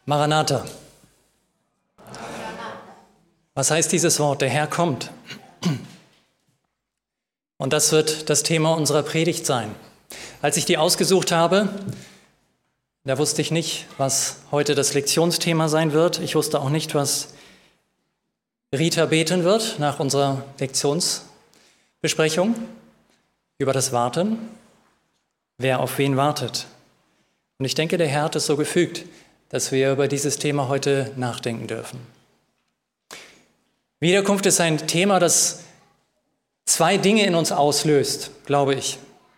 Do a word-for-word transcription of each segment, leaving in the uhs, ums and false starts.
Maranatha. Was heißt dieses Wort? Der Herr kommt. Und das wird das Thema unserer Predigt sein. Als ich die ausgesucht habe, da wusste ich nicht, was heute das Lektionsthema sein wird. Ich wusste auch nicht, was Rita beten wird nach unserer Lektionsbesprechung über das Warten, wer auf wen wartet. Und ich denke, der Herr hat es so gefügt, dass wir über dieses Thema heute nachdenken dürfen. Wiederkunft ist ein Thema, das zwei Dinge in uns auslöst, glaube ich,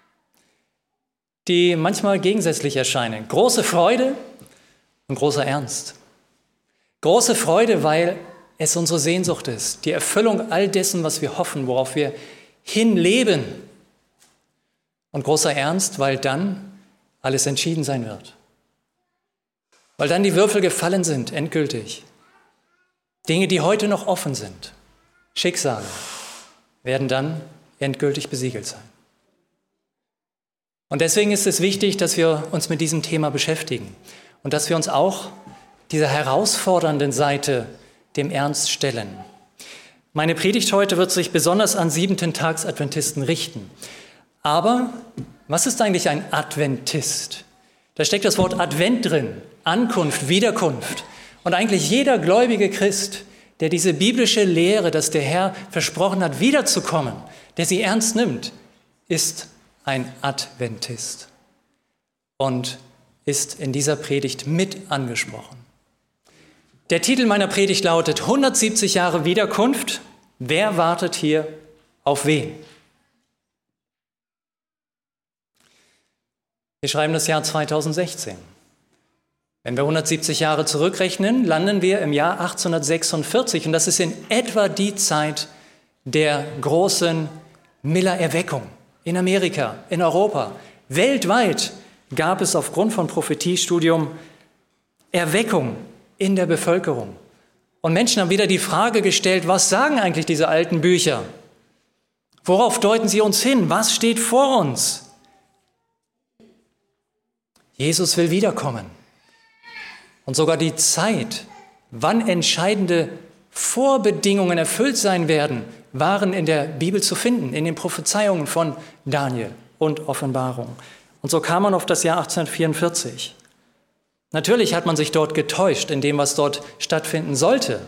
die manchmal gegensätzlich erscheinen. Große Freude und großer Ernst. Große Freude, weil es unsere Sehnsucht ist, die Erfüllung all dessen, was wir hoffen, worauf wir hinleben. Und großer Ernst, weil dann alles entschieden sein wird. Weil dann die Würfel gefallen sind, endgültig. Dinge, die heute noch offen sind, Schicksale, werden dann endgültig besiegelt sein. Und deswegen ist es wichtig, dass wir uns mit diesem Thema beschäftigen und dass wir uns auch dieser herausfordernden Seite dem Ernst stellen. Meine Predigt heute wird sich besonders an Siebenten-Tags-Adventisten richten. Aber was ist eigentlich ein Adventist? Da steckt das Wort Advent drin, Ankunft, Wiederkunft. Und eigentlich jeder gläubige Christ, der diese biblische Lehre, dass der Herr versprochen hat, wiederzukommen, der sie ernst nimmt, ist ein Adventist und ist in dieser Predigt mit angesprochen. Der Titel meiner Predigt lautet hundertsiebzig Jahre Wiederkunft. Wer wartet hier auf wen? Wir schreiben das Jahr zweitausendsechzehn. Wenn wir hundertsiebzig Jahre zurückrechnen, landen wir im Jahr achtzehnhundertsechsundvierzig. Und das ist in etwa die Zeit der großen Miller-Erweckung in Amerika, in Europa. Weltweit gab es aufgrund von Prophetiestudium Erweckung in der Bevölkerung. Und Menschen haben wieder die Frage gestellt, was sagen eigentlich diese alten Bücher? Worauf deuten sie uns hin? Was steht vor uns? Jesus will wiederkommen. Und sogar die Zeit, wann entscheidende Vorbedingungen erfüllt sein werden, waren in der Bibel zu finden, in den Prophezeiungen von Daniel und Offenbarung. Und so kam man auf das Jahr achtzehnhundertvierundvierzig. Natürlich hat man sich dort getäuscht in dem, was dort stattfinden sollte.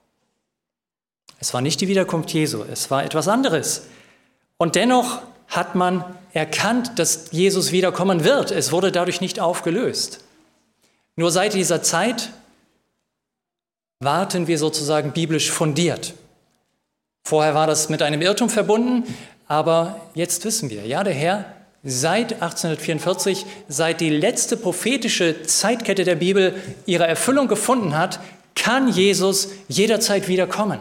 Es war nicht die Wiederkunft Jesu, es war etwas anderes. Und dennoch hat man erkannt, dass Jesus wiederkommen wird. Es wurde dadurch nicht aufgelöst. Nur seit dieser Zeit warten wir sozusagen biblisch fundiert. Vorher war das mit einem Irrtum verbunden, aber jetzt wissen wir, ja, der Herr seit achtzehnhundertvierundvierzig, seit die letzte prophetische Zeitkette der Bibel ihre Erfüllung gefunden hat, kann Jesus jederzeit wiederkommen.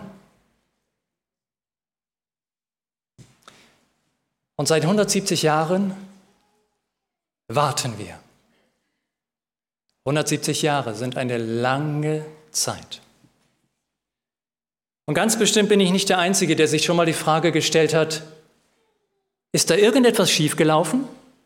Und seit hundertsiebzig Jahren warten wir. hundertsiebzig Jahre sind eine lange Zeit. Und ganz bestimmt bin ich nicht der Einzige, der sich schon mal die Frage gestellt hat, ist da irgendetwas schiefgelaufen?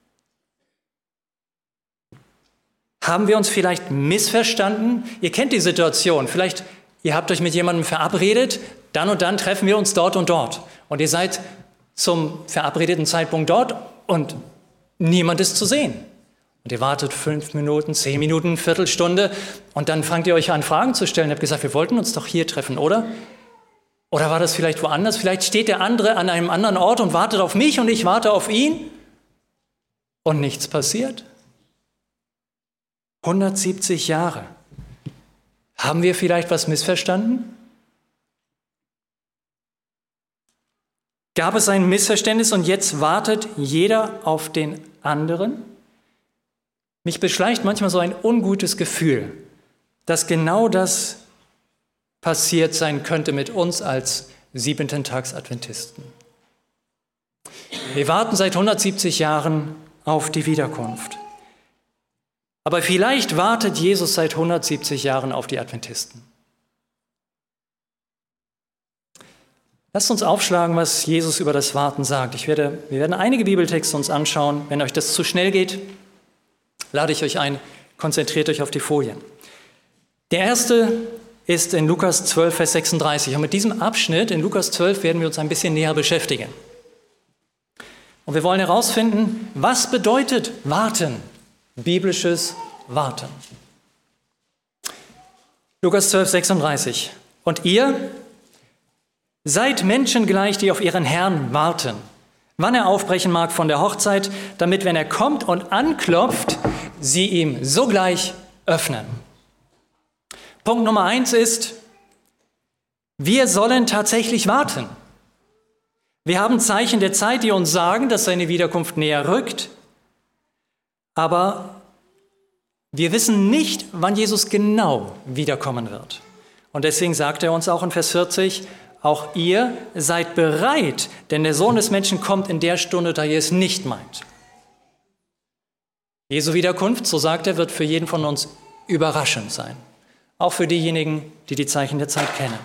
Haben wir uns vielleicht missverstanden? Ihr kennt die Situation. Vielleicht, ihr habt euch mit jemandem verabredet, dann und dann treffen wir uns dort und dort. Und ihr seid zum verabredeten Zeitpunkt dort und niemand ist zu sehen. Und ihr wartet fünf Minuten, zehn Minuten, Viertelstunde und dann fangt ihr euch an, Fragen zu stellen. Ihr habt gesagt, wir wollten uns doch hier treffen, oder? Oder war das vielleicht woanders? Vielleicht steht der andere an einem anderen Ort und wartet auf mich und ich warte auf ihn und nichts passiert. hundertsiebzig Jahre. Haben wir vielleicht was missverstanden? Gab es ein Missverständnis und jetzt wartet jeder auf den anderen? Mich beschleicht manchmal so ein ungutes Gefühl, dass genau das passiert sein könnte mit uns als Siebenten-Tags-Adventisten. Wir warten seit hundertsiebzig Jahren auf die Wiederkunft. Aber vielleicht wartet Jesus seit hundertsiebzig Jahren auf die Adventisten. Lasst uns aufschlagen, was Jesus über das Warten sagt. Ich werde, wir werden einige Bibeltexte uns anschauen. Wenn euch das zu schnell geht, lade ich euch ein, konzentriert euch auf die Folien. Der erste ist in Lukas zwölf, Vers sechsunddreißig. Und mit diesem Abschnitt in Lukas zwölf werden wir uns ein bisschen näher beschäftigen. Und wir wollen herausfinden, was bedeutet warten, biblisches Warten. Lukas zwölf, sechsunddreißig. Und ihr seid Menschen gleich, die auf ihren Herrn warten, wann er aufbrechen mag von der Hochzeit, damit, wenn er kommt und anklopft, sie ihm sogleich öffnen. Punkt Nummer eins ist, wir sollen tatsächlich warten. Wir haben Zeichen der Zeit, die uns sagen, dass seine Wiederkunft näher rückt, aber wir wissen nicht, wann Jesus genau wiederkommen wird. Und deswegen sagt er uns auch in Vers vierzig, auch ihr seid bereit, denn der Sohn des Menschen kommt in der Stunde, da ihr es nicht meint. Jesu Wiederkunft, so sagt er, wird für jeden von uns überraschend sein. Auch für diejenigen, die die Zeichen der Zeit kennen.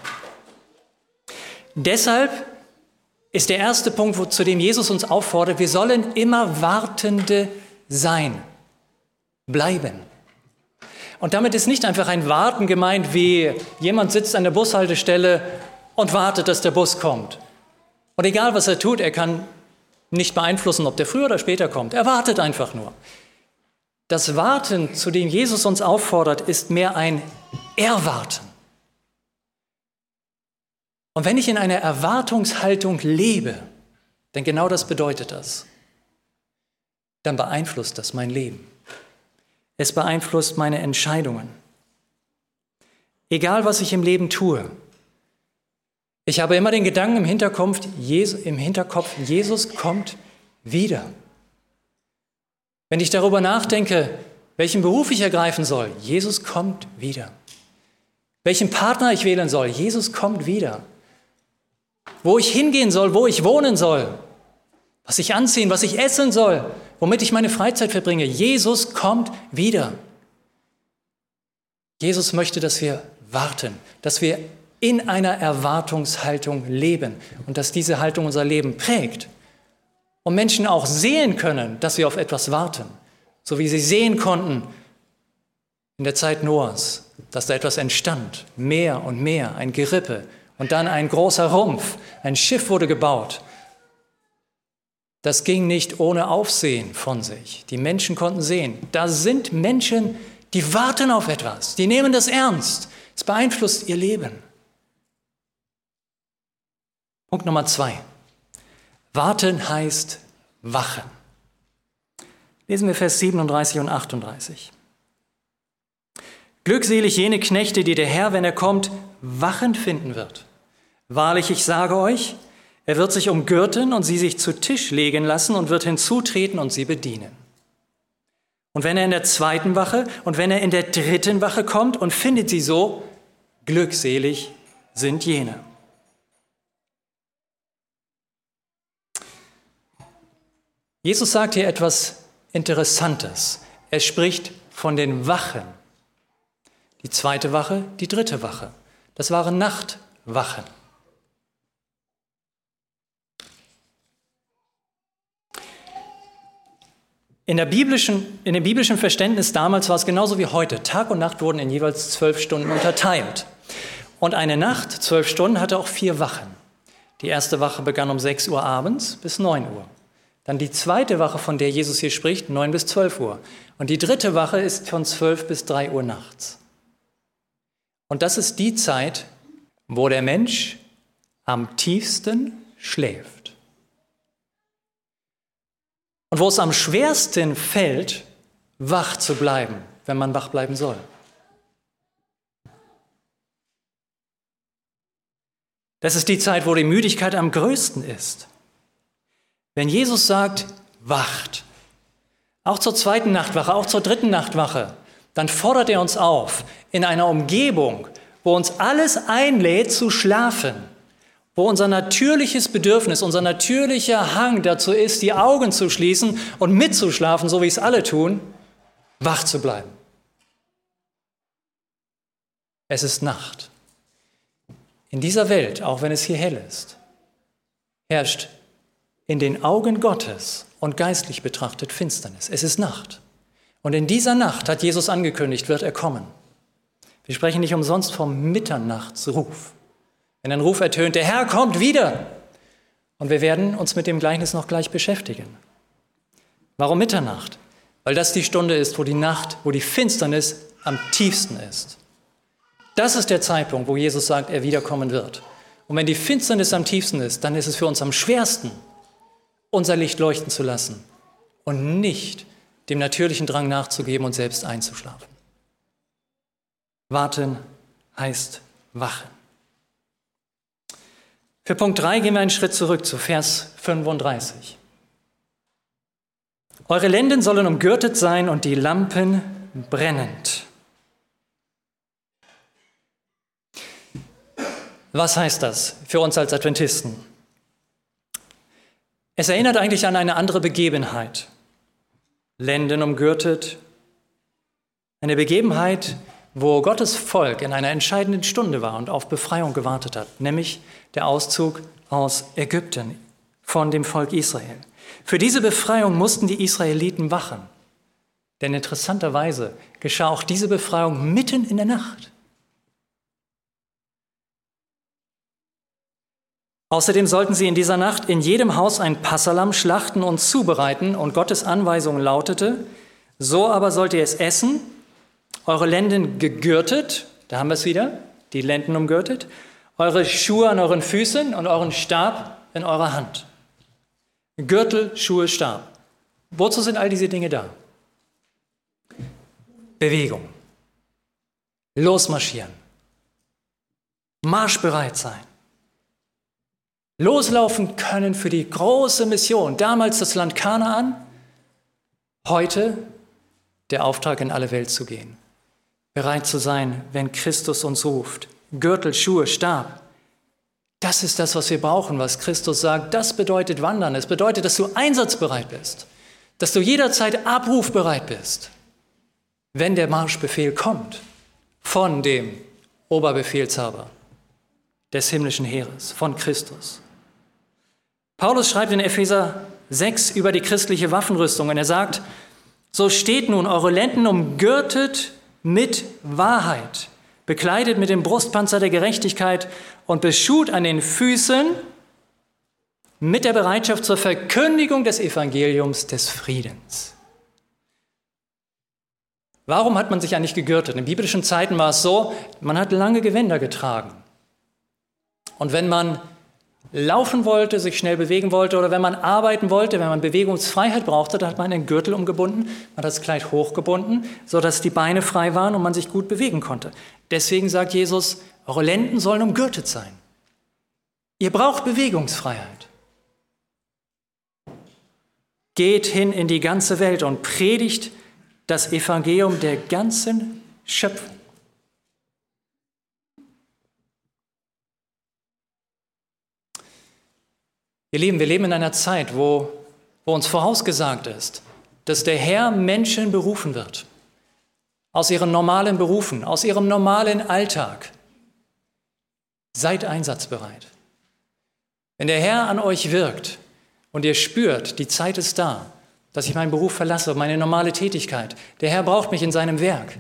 Deshalb ist der erste Punkt, wo, zu dem Jesus uns auffordert, wir sollen immer Wartende sein, bleiben. Und damit ist nicht einfach ein Warten gemeint, wie jemand sitzt an der Bushaltestelle und wartet, dass der Bus kommt. Und egal, was er tut, er kann nicht beeinflussen, ob der früher oder später kommt. Er wartet einfach nur. Das Warten, zu dem Jesus uns auffordert, ist mehr ein Erwarten. Und wenn ich in einer Erwartungshaltung lebe, denn genau das bedeutet das, dann beeinflusst das mein Leben. Es beeinflusst meine Entscheidungen. Egal, was ich im Leben tue, ich habe immer den Gedanken im Hinterkopf, Jesus, im Hinterkopf, Jesus kommt wieder. Wenn ich darüber nachdenke, welchen Beruf ich ergreifen soll, Jesus kommt wieder. Welchen Partner ich wählen soll, Jesus kommt wieder. Wo ich hingehen soll, wo ich wohnen soll, was ich anziehen, was ich essen soll, womit ich meine Freizeit verbringe, Jesus kommt wieder. Jesus möchte, dass wir warten, dass wir in einer Erwartungshaltung leben und dass diese Haltung unser Leben prägt. Und Menschen auch sehen können, dass wir auf etwas warten, so wie sie sehen konnten in der Zeit Noahs, dass da etwas entstand, mehr und mehr, ein Gerippe und dann ein großer Rumpf, ein Schiff wurde gebaut. Das ging nicht ohne Aufsehen von sich. Die Menschen konnten sehen, da sind Menschen, die warten auf etwas, die nehmen das ernst. Es beeinflusst ihr Leben. Punkt Nummer zwei. Warten heißt wachen. Lesen wir Vers siebenunddreißig und achtunddreißig. Glückselig jene Knechte, die der Herr, wenn er kommt, wachend finden wird. Wahrlich, ich sage euch, er wird sich umgürten und sie sich zu Tisch legen lassen und wird hinzutreten und sie bedienen. Und wenn er in der zweiten Wache und wenn er in der dritten Wache kommt und findet sie so, glückselig sind jene. Jesus sagt hier etwas Interessantes. Er spricht von den Wachen. Die zweite Wache, die dritte Wache. Das waren Nachtwachen. In, der biblischen, in dem biblischen Verständnis damals war es genauso wie heute. Tag und Nacht wurden in jeweils zwölf Stunden unterteilt. Und eine Nacht, zwölf Stunden, hatte auch vier Wachen. Die erste Wache begann um sechs Uhr abends bis neun Uhr. Dann die zweite Wache, von der Jesus hier spricht, neun bis zwölf Uhr. Und die dritte Wache ist von zwölf bis drei Uhr nachts. Und das ist die Zeit, wo der Mensch am tiefsten schläft. Und wo es am schwersten fällt, wach zu bleiben, wenn man wach bleiben soll. Das ist die Zeit, wo die Müdigkeit am größten ist. Wenn Jesus sagt, wacht, auch zur zweiten Nachtwache, auch zur dritten Nachtwache, dann fordert er uns auf, in einer Umgebung, wo uns alles einlädt zu schlafen, wo unser natürliches Bedürfnis, unser natürlicher Hang dazu ist, die Augen zu schließen und mitzuschlafen, so wie es alle tun, wach zu bleiben. Es ist Nacht. In dieser Welt, auch wenn es hier hell ist, herrscht in den Augen Gottes und geistlich betrachtet Finsternis. Es ist Nacht. Und in dieser Nacht, hat Jesus angekündigt, wird er kommen. Wir sprechen nicht umsonst vom Mitternachtsruf. Wenn ein Ruf ertönt, der Herr kommt wieder. Und wir werden uns mit dem Gleichnis noch gleich beschäftigen. Warum Mitternacht? Weil das die Stunde ist, wo die Nacht, wo die Finsternis am tiefsten ist. Das ist der Zeitpunkt, wo Jesus sagt, er wiederkommen wird. Und wenn die Finsternis am tiefsten ist, dann ist es für uns am schwersten, unser Licht leuchten zu lassen und nicht dem natürlichen Drang nachzugeben und selbst einzuschlafen. Warten heißt wachen. Für Punkt drei gehen wir einen Schritt zurück zu Vers fünfunddreißig. Eure Lenden sollen umgürtet sein und die Lampen brennend. Was heißt das für uns als Adventisten? Es erinnert eigentlich an eine andere Begebenheit. Lenden umgürtet. Eine Begebenheit, wo Gottes Volk in einer entscheidenden Stunde war und auf Befreiung gewartet hat, nämlich der Auszug aus Ägypten von dem Volk Israel. Für diese Befreiung mussten die Israeliten wachen. Denn interessanterweise geschah auch diese Befreiung mitten in der Nacht. Außerdem sollten sie in dieser Nacht in jedem Haus ein Passahlamm schlachten und zubereiten. Und Gottes Anweisung lautete, so aber sollt ihr es essen, eure Lenden gegürtet, da haben wir es wieder, die Lenden umgürtet, eure Schuhe an euren Füßen und euren Stab in eurer Hand. Gürtel, Schuhe, Stab. Wozu sind all diese Dinge da? Bewegung. Losmarschieren. Marschbereit sein. Loslaufen können für die große Mission. Damals das Land Kanaan, heute der Auftrag, in alle Welt zu gehen. Bereit zu sein, wenn Christus uns ruft. Gürtel, Schuhe, Stab. Das ist das, was wir brauchen, was Christus sagt. Das bedeutet Wandern. Es bedeutet, dass du einsatzbereit bist. Dass du jederzeit abrufbereit bist. Wenn der Marschbefehl kommt von dem Oberbefehlshaber des himmlischen Heeres, von Christus. Paulus schreibt in Epheser sechs über die christliche Waffenrüstung und er sagt, so steht nun eure Lenden umgürtet mit Wahrheit, bekleidet mit dem Brustpanzer der Gerechtigkeit und beschut an den Füßen mit der Bereitschaft zur Verkündigung des Evangeliums des Friedens. Warum hat man sich eigentlich gegürtet? In biblischen Zeiten war es so, man hat lange Gewänder getragen. Und wenn man laufen wollte, sich schnell bewegen wollte oder wenn man arbeiten wollte, wenn man Bewegungsfreiheit brauchte, dann hat man einen Gürtel umgebunden, man hat das Kleid hochgebunden, sodass die Beine frei waren und man sich gut bewegen konnte. Deswegen sagt Jesus, eure Lenden sollen umgürtet sein. Ihr braucht Bewegungsfreiheit. Geht hin in die ganze Welt und predigt das Evangelium der ganzen Schöpfung. Ihr Lieben, wir leben in einer Zeit, wo, wo uns vorausgesagt ist, dass der Herr Menschen berufen wird. Aus ihren normalen Berufen, aus ihrem normalen Alltag. Seid einsatzbereit. Wenn der Herr an euch wirkt und ihr spürt, die Zeit ist da, dass ich meinen Beruf verlasse, meine normale Tätigkeit, der Herr braucht mich in seinem Werk.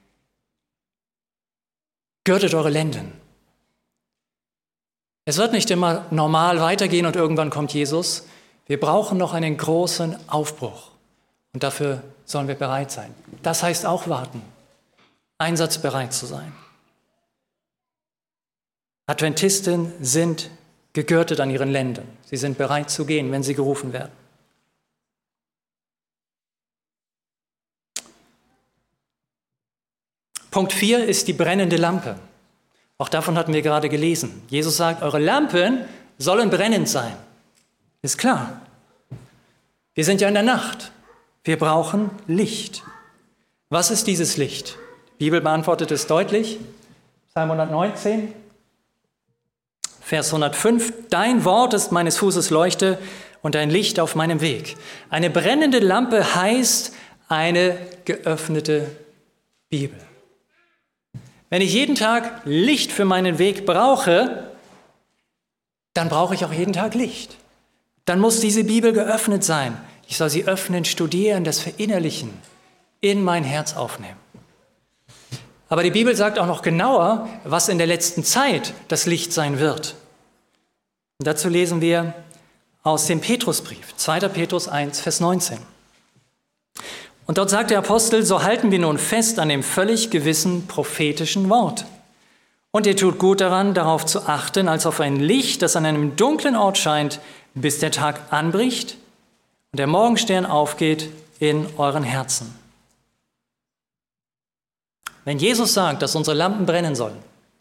Gürtet eure Lenden. Es wird nicht immer normal weitergehen und irgendwann kommt Jesus. Wir brauchen noch einen großen Aufbruch. Und dafür sollen wir bereit sein. Das heißt auch warten, einsatzbereit zu sein. Adventisten sind gegürtet an ihren Lenden. Sie sind bereit zu gehen, wenn sie gerufen werden. Punkt vier ist die brennende Lampe. Auch davon hatten wir gerade gelesen. Jesus sagt, eure Lampen sollen brennend sein. Ist klar. Wir sind ja in der Nacht. Wir brauchen Licht. Was ist dieses Licht? Die Bibel beantwortet es deutlich. Psalm hundertneunzehn, Vers hundertfünf. Dein Wort ist meines Fußes Leuchte und ein Licht auf meinem Weg. Eine brennende Lampe heißt eine geöffnete Bibel. Wenn ich jeden Tag Licht für meinen Weg brauche, dann brauche ich auch jeden Tag Licht. Dann muss diese Bibel geöffnet sein. Ich soll sie öffnen, studieren, das verinnerlichen, in mein Herz aufnehmen. Aber die Bibel sagt auch noch genauer, was in der letzten Zeit das Licht sein wird. Und dazu lesen wir aus dem Petrusbrief, zweiter Petrus eins, Vers neunzehn. Und dort sagt der Apostel, so halten wir nun fest an dem völlig gewissen prophetischen Wort. Und ihr tut gut daran, darauf zu achten, als auf ein Licht, das an einem dunklen Ort scheint, bis der Tag anbricht und der Morgenstern aufgeht in euren Herzen. Wenn Jesus sagt, dass unsere Lampen brennen sollen,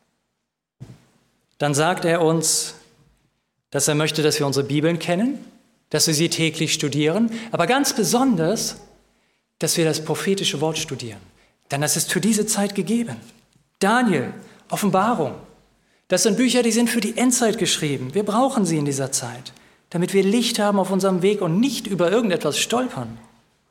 dann sagt er uns, dass er möchte, dass wir unsere Bibeln kennen, dass wir sie täglich studieren, aber ganz besonders, dass wir das prophetische Wort studieren. Denn das ist für diese Zeit gegeben. Daniel, Offenbarung, das sind Bücher, die sind für die Endzeit geschrieben. Wir brauchen sie in dieser Zeit, damit wir Licht haben auf unserem Weg und nicht über irgendetwas stolpern.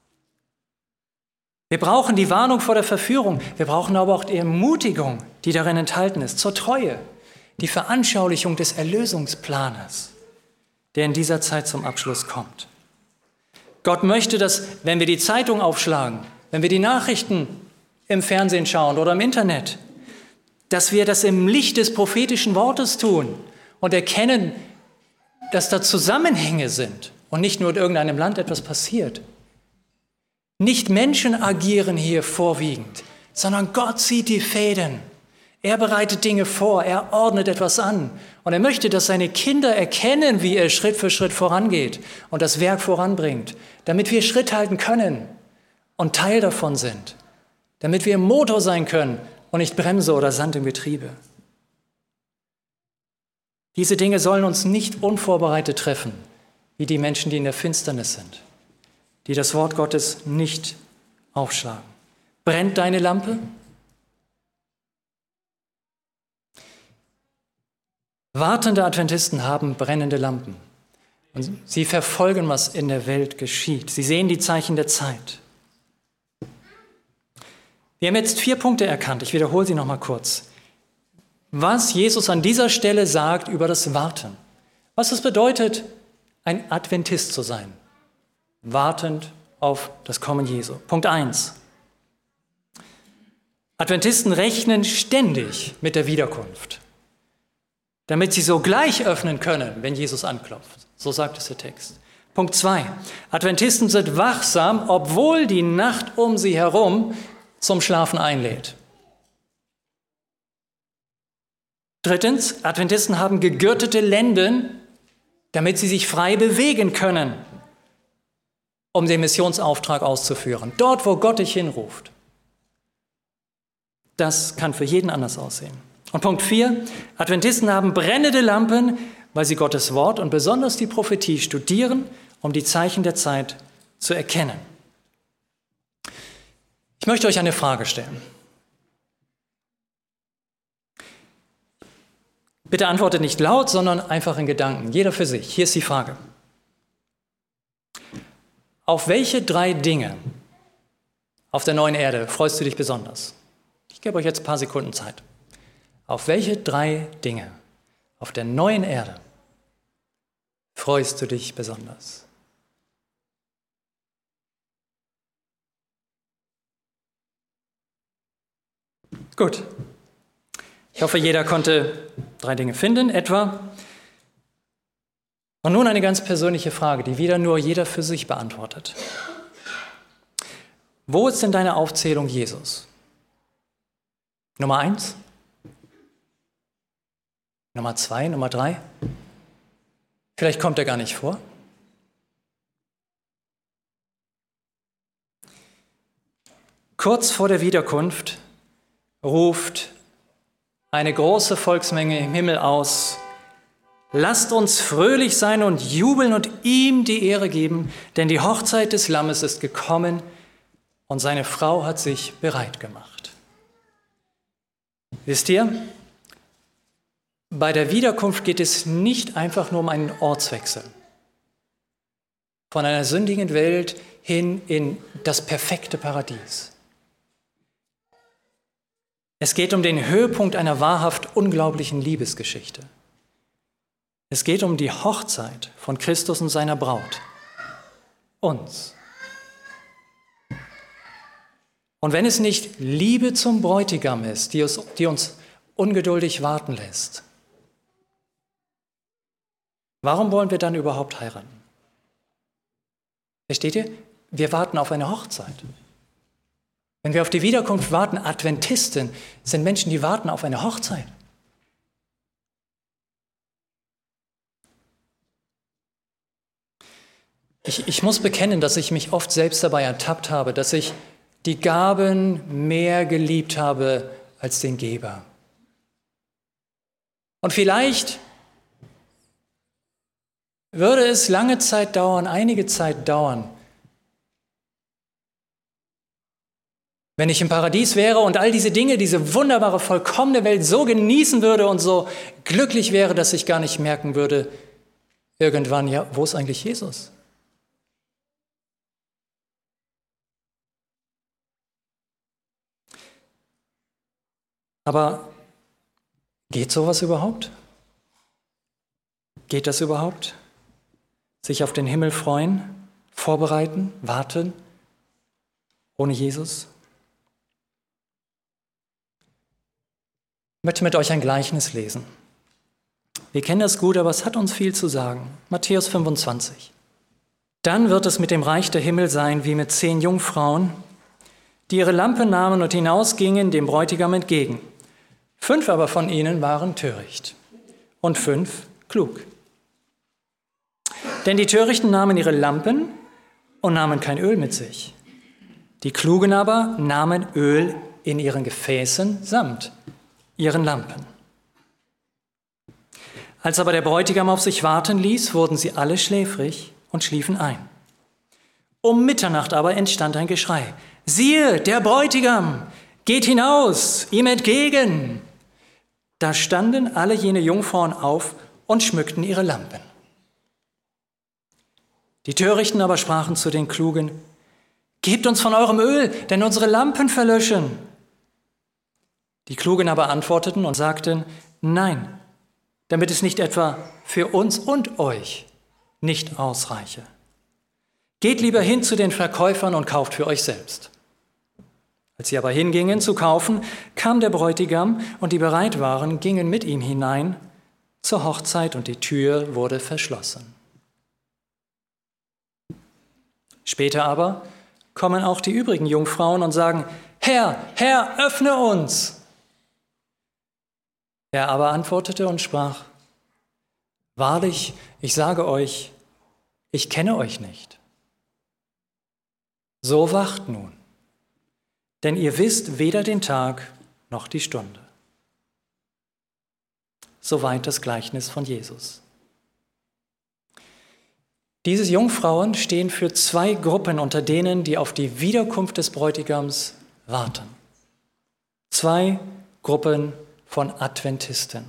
Wir brauchen die Warnung vor der Verführung. Wir brauchen aber auch die Ermutigung, die darin enthalten ist, zur Treue, die Veranschaulichung des Erlösungsplanes, der in dieser Zeit zum Abschluss kommt. Gott möchte, dass, wenn wir die Zeitung aufschlagen, wenn wir die Nachrichten im Fernsehen schauen oder im Internet, dass wir das im Licht des prophetischen Wortes tun und erkennen, dass da Zusammenhänge sind und nicht nur in irgendeinem Land etwas passiert. Nicht Menschen agieren hier vorwiegend, sondern Gott zieht die Fäden. Er bereitet Dinge vor, er ordnet etwas an. Und er möchte, dass seine Kinder erkennen, wie er Schritt für Schritt vorangeht und das Werk voranbringt, damit wir Schritt halten können und Teil davon sind, damit wir Motor sein können und nicht Bremse oder Sand im Getriebe. Diese Dinge sollen uns nicht unvorbereitet treffen, wie die Menschen, die in der Finsternis sind, die das Wort Gottes nicht aufschlagen. Brennt deine Lampe? Wartende Adventisten haben brennende Lampen. Und sie verfolgen, was in der Welt geschieht. Sie sehen die Zeichen der Zeit. Wir haben jetzt vier Punkte erkannt. Ich wiederhole sie noch mal kurz. Was Jesus an dieser Stelle sagt über das Warten. Was es bedeutet, ein Adventist zu sein. Wartend auf das Kommen Jesu. Punkt eins. Adventisten rechnen ständig mit der Wiederkunft, damit sie sogleich öffnen können, wenn Jesus anklopft. So sagt es der Text. Punkt zwei. Adventisten sind wachsam, obwohl die Nacht um sie herum zum Schlafen einlädt. Drittens. Adventisten haben gegürtete Lenden, damit sie sich frei bewegen können, um den Missionsauftrag auszuführen. Dort, wo Gott dich hinruft. Das kann für jeden anders aussehen. Und Punkt vier, Adventisten haben brennende Lampen, weil sie Gottes Wort und besonders die Prophetie studieren, um die Zeichen der Zeit zu erkennen. Ich möchte euch eine Frage stellen. Bitte antwortet nicht laut, sondern einfach in Gedanken, jeder für sich. Hier ist die Frage. Auf welche drei Dinge auf der neuen Erde freust du dich besonders? Ich gebe euch jetzt ein paar Sekunden Zeit. Auf welche drei Dinge auf der neuen Erde freust du dich besonders? Gut. Ich hoffe, jeder konnte drei Dinge finden, etwa. Und nun eine ganz persönliche Frage, die wieder nur jeder für sich beantwortet. Wo ist denn deine Aufzählung Jesus? Nummer eins? Nummer zwei, Nummer drei? Vielleicht kommt er gar nicht vor. Kurz vor der Wiederkunft ruft eine große Volksmenge im Himmel aus: Lasst uns fröhlich sein und jubeln und ihm die Ehre geben, denn die Hochzeit des Lammes ist gekommen und seine Frau hat sich bereit gemacht. Wisst ihr, bei der Wiederkunft geht es nicht einfach nur um einen Ortswechsel. Von einer sündigen Welt hin in das perfekte Paradies. Es geht um den Höhepunkt einer wahrhaft unglaublichen Liebesgeschichte. Es geht um die Hochzeit von Christus und seiner Braut, uns. Und wenn es nicht Liebe zum Bräutigam ist, die uns, die uns ungeduldig warten lässt, warum wollen wir dann überhaupt heiraten? Versteht ihr? Wir warten auf eine Hochzeit. Wenn wir auf die Wiederkunft warten, Adventisten sind Menschen, die warten auf eine Hochzeit. Ich, ich muss bekennen, dass ich mich oft selbst dabei ertappt habe, dass ich die Gaben mehr geliebt habe als den Geber. Und vielleicht würde es lange Zeit dauern, einige Zeit dauern, wenn ich im Paradies wäre und all diese Dinge, diese wunderbare, vollkommene Welt so genießen würde und so glücklich wäre, dass ich gar nicht merken würde, irgendwann, ja, wo ist eigentlich Jesus? Aber geht sowas überhaupt? Geht das überhaupt? Sich auf den Himmel freuen, vorbereiten, warten, ohne Jesus? Ich möchte mit euch ein Gleichnis lesen. Wir kennen das gut, aber es hat uns viel zu sagen. Matthäus fünfundzwanzig. Dann wird es mit dem Reich der Himmel sein, wie mit zehn Jungfrauen, die ihre Lampe nahmen und hinausgingen dem Bräutigam entgegen. Fünf aber von ihnen waren töricht und fünf klug. Denn die Törichten nahmen ihre Lampen und nahmen kein Öl mit sich. Die Klugen aber nahmen Öl in ihren Gefäßen samt ihren Lampen. Als aber der Bräutigam auf sich warten ließ, wurden sie alle schläfrig und schliefen ein. Um Mitternacht aber entstand ein Geschrei. Siehe, der Bräutigam geht hinaus, ihm entgegen. Da standen alle jene Jungfrauen auf und schmückten ihre Lampen. Die Törichten aber sprachen zu den Klugen, gebt uns von eurem Öl, denn unsere Lampen verlöschen. Die Klugen aber antworteten und sagten, nein, damit es nicht etwa für uns und euch nicht ausreiche. Geht lieber hin zu den Verkäufern und kauft für euch selbst. Als sie aber hingingen zu kaufen, kam der Bräutigam und die bereit waren, gingen mit ihm hinein zur Hochzeit und die Tür wurde verschlossen. Später aber kommen auch die übrigen Jungfrauen und sagen, Herr, Herr, öffne uns! Er aber antwortete und sprach, wahrlich, ich sage euch, ich kenne euch nicht. So wacht nun, denn ihr wisst weder den Tag noch die Stunde. Soweit das Gleichnis von Jesus. Diese Jungfrauen stehen für zwei Gruppen unter denen, die auf die Wiederkunft des Bräutigams warten. Zwei Gruppen von Adventisten.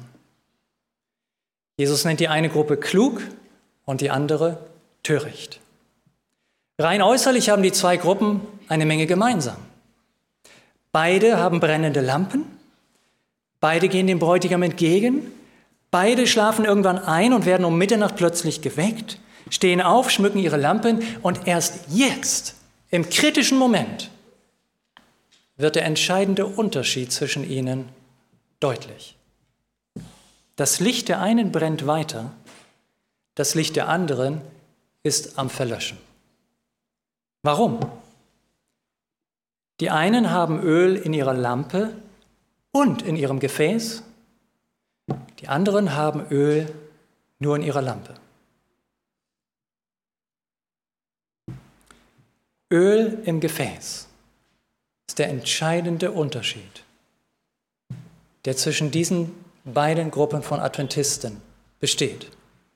Jesus nennt die eine Gruppe klug und die andere töricht. Rein äußerlich haben die zwei Gruppen eine Menge gemeinsam. Beide haben brennende Lampen, beide gehen dem Bräutigam entgegen, beide schlafen irgendwann ein und werden um Mitternacht plötzlich geweckt, stehen auf, schmücken ihre Lampen und erst jetzt, im kritischen Moment, wird der entscheidende Unterschied zwischen ihnen deutlich. Das Licht der einen brennt weiter, das Licht der anderen ist am Verlöschen. Warum? Die einen haben Öl in ihrer Lampe und in ihrem Gefäß, die anderen haben Öl nur in ihrer Lampe. Öl im Gefäß ist der entscheidende Unterschied, der zwischen diesen beiden Gruppen von Adventisten besteht.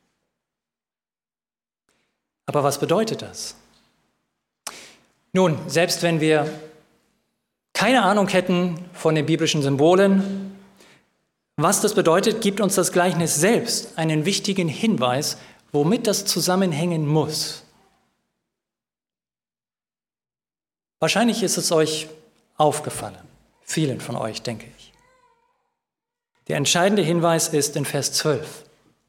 Aber was bedeutet das? Nun, selbst wenn wir keine Ahnung hätten von den biblischen Symbolen, was das bedeutet, gibt uns das Gleichnis selbst einen wichtigen Hinweis, womit das zusammenhängen muss. Wahrscheinlich ist es euch aufgefallen, vielen von euch, denke ich. Der entscheidende Hinweis ist in Vers zwölf.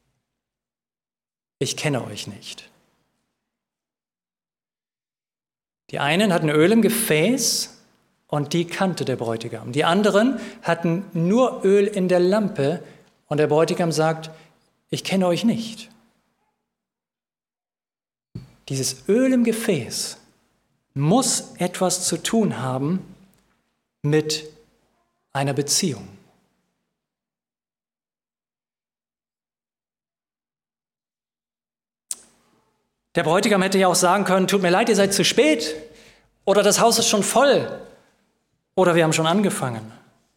Ich kenne euch nicht. Die einen hatten Öl im Gefäß und die kannte der Bräutigam. Die anderen hatten nur Öl in der Lampe und der Bräutigam sagt, ich kenne euch nicht. Dieses Öl im Gefäß muss etwas zu tun haben mit einer Beziehung. Der Bräutigam hätte ja auch sagen können, tut mir leid, ihr seid zu spät oder das Haus ist schon voll oder wir haben schon angefangen.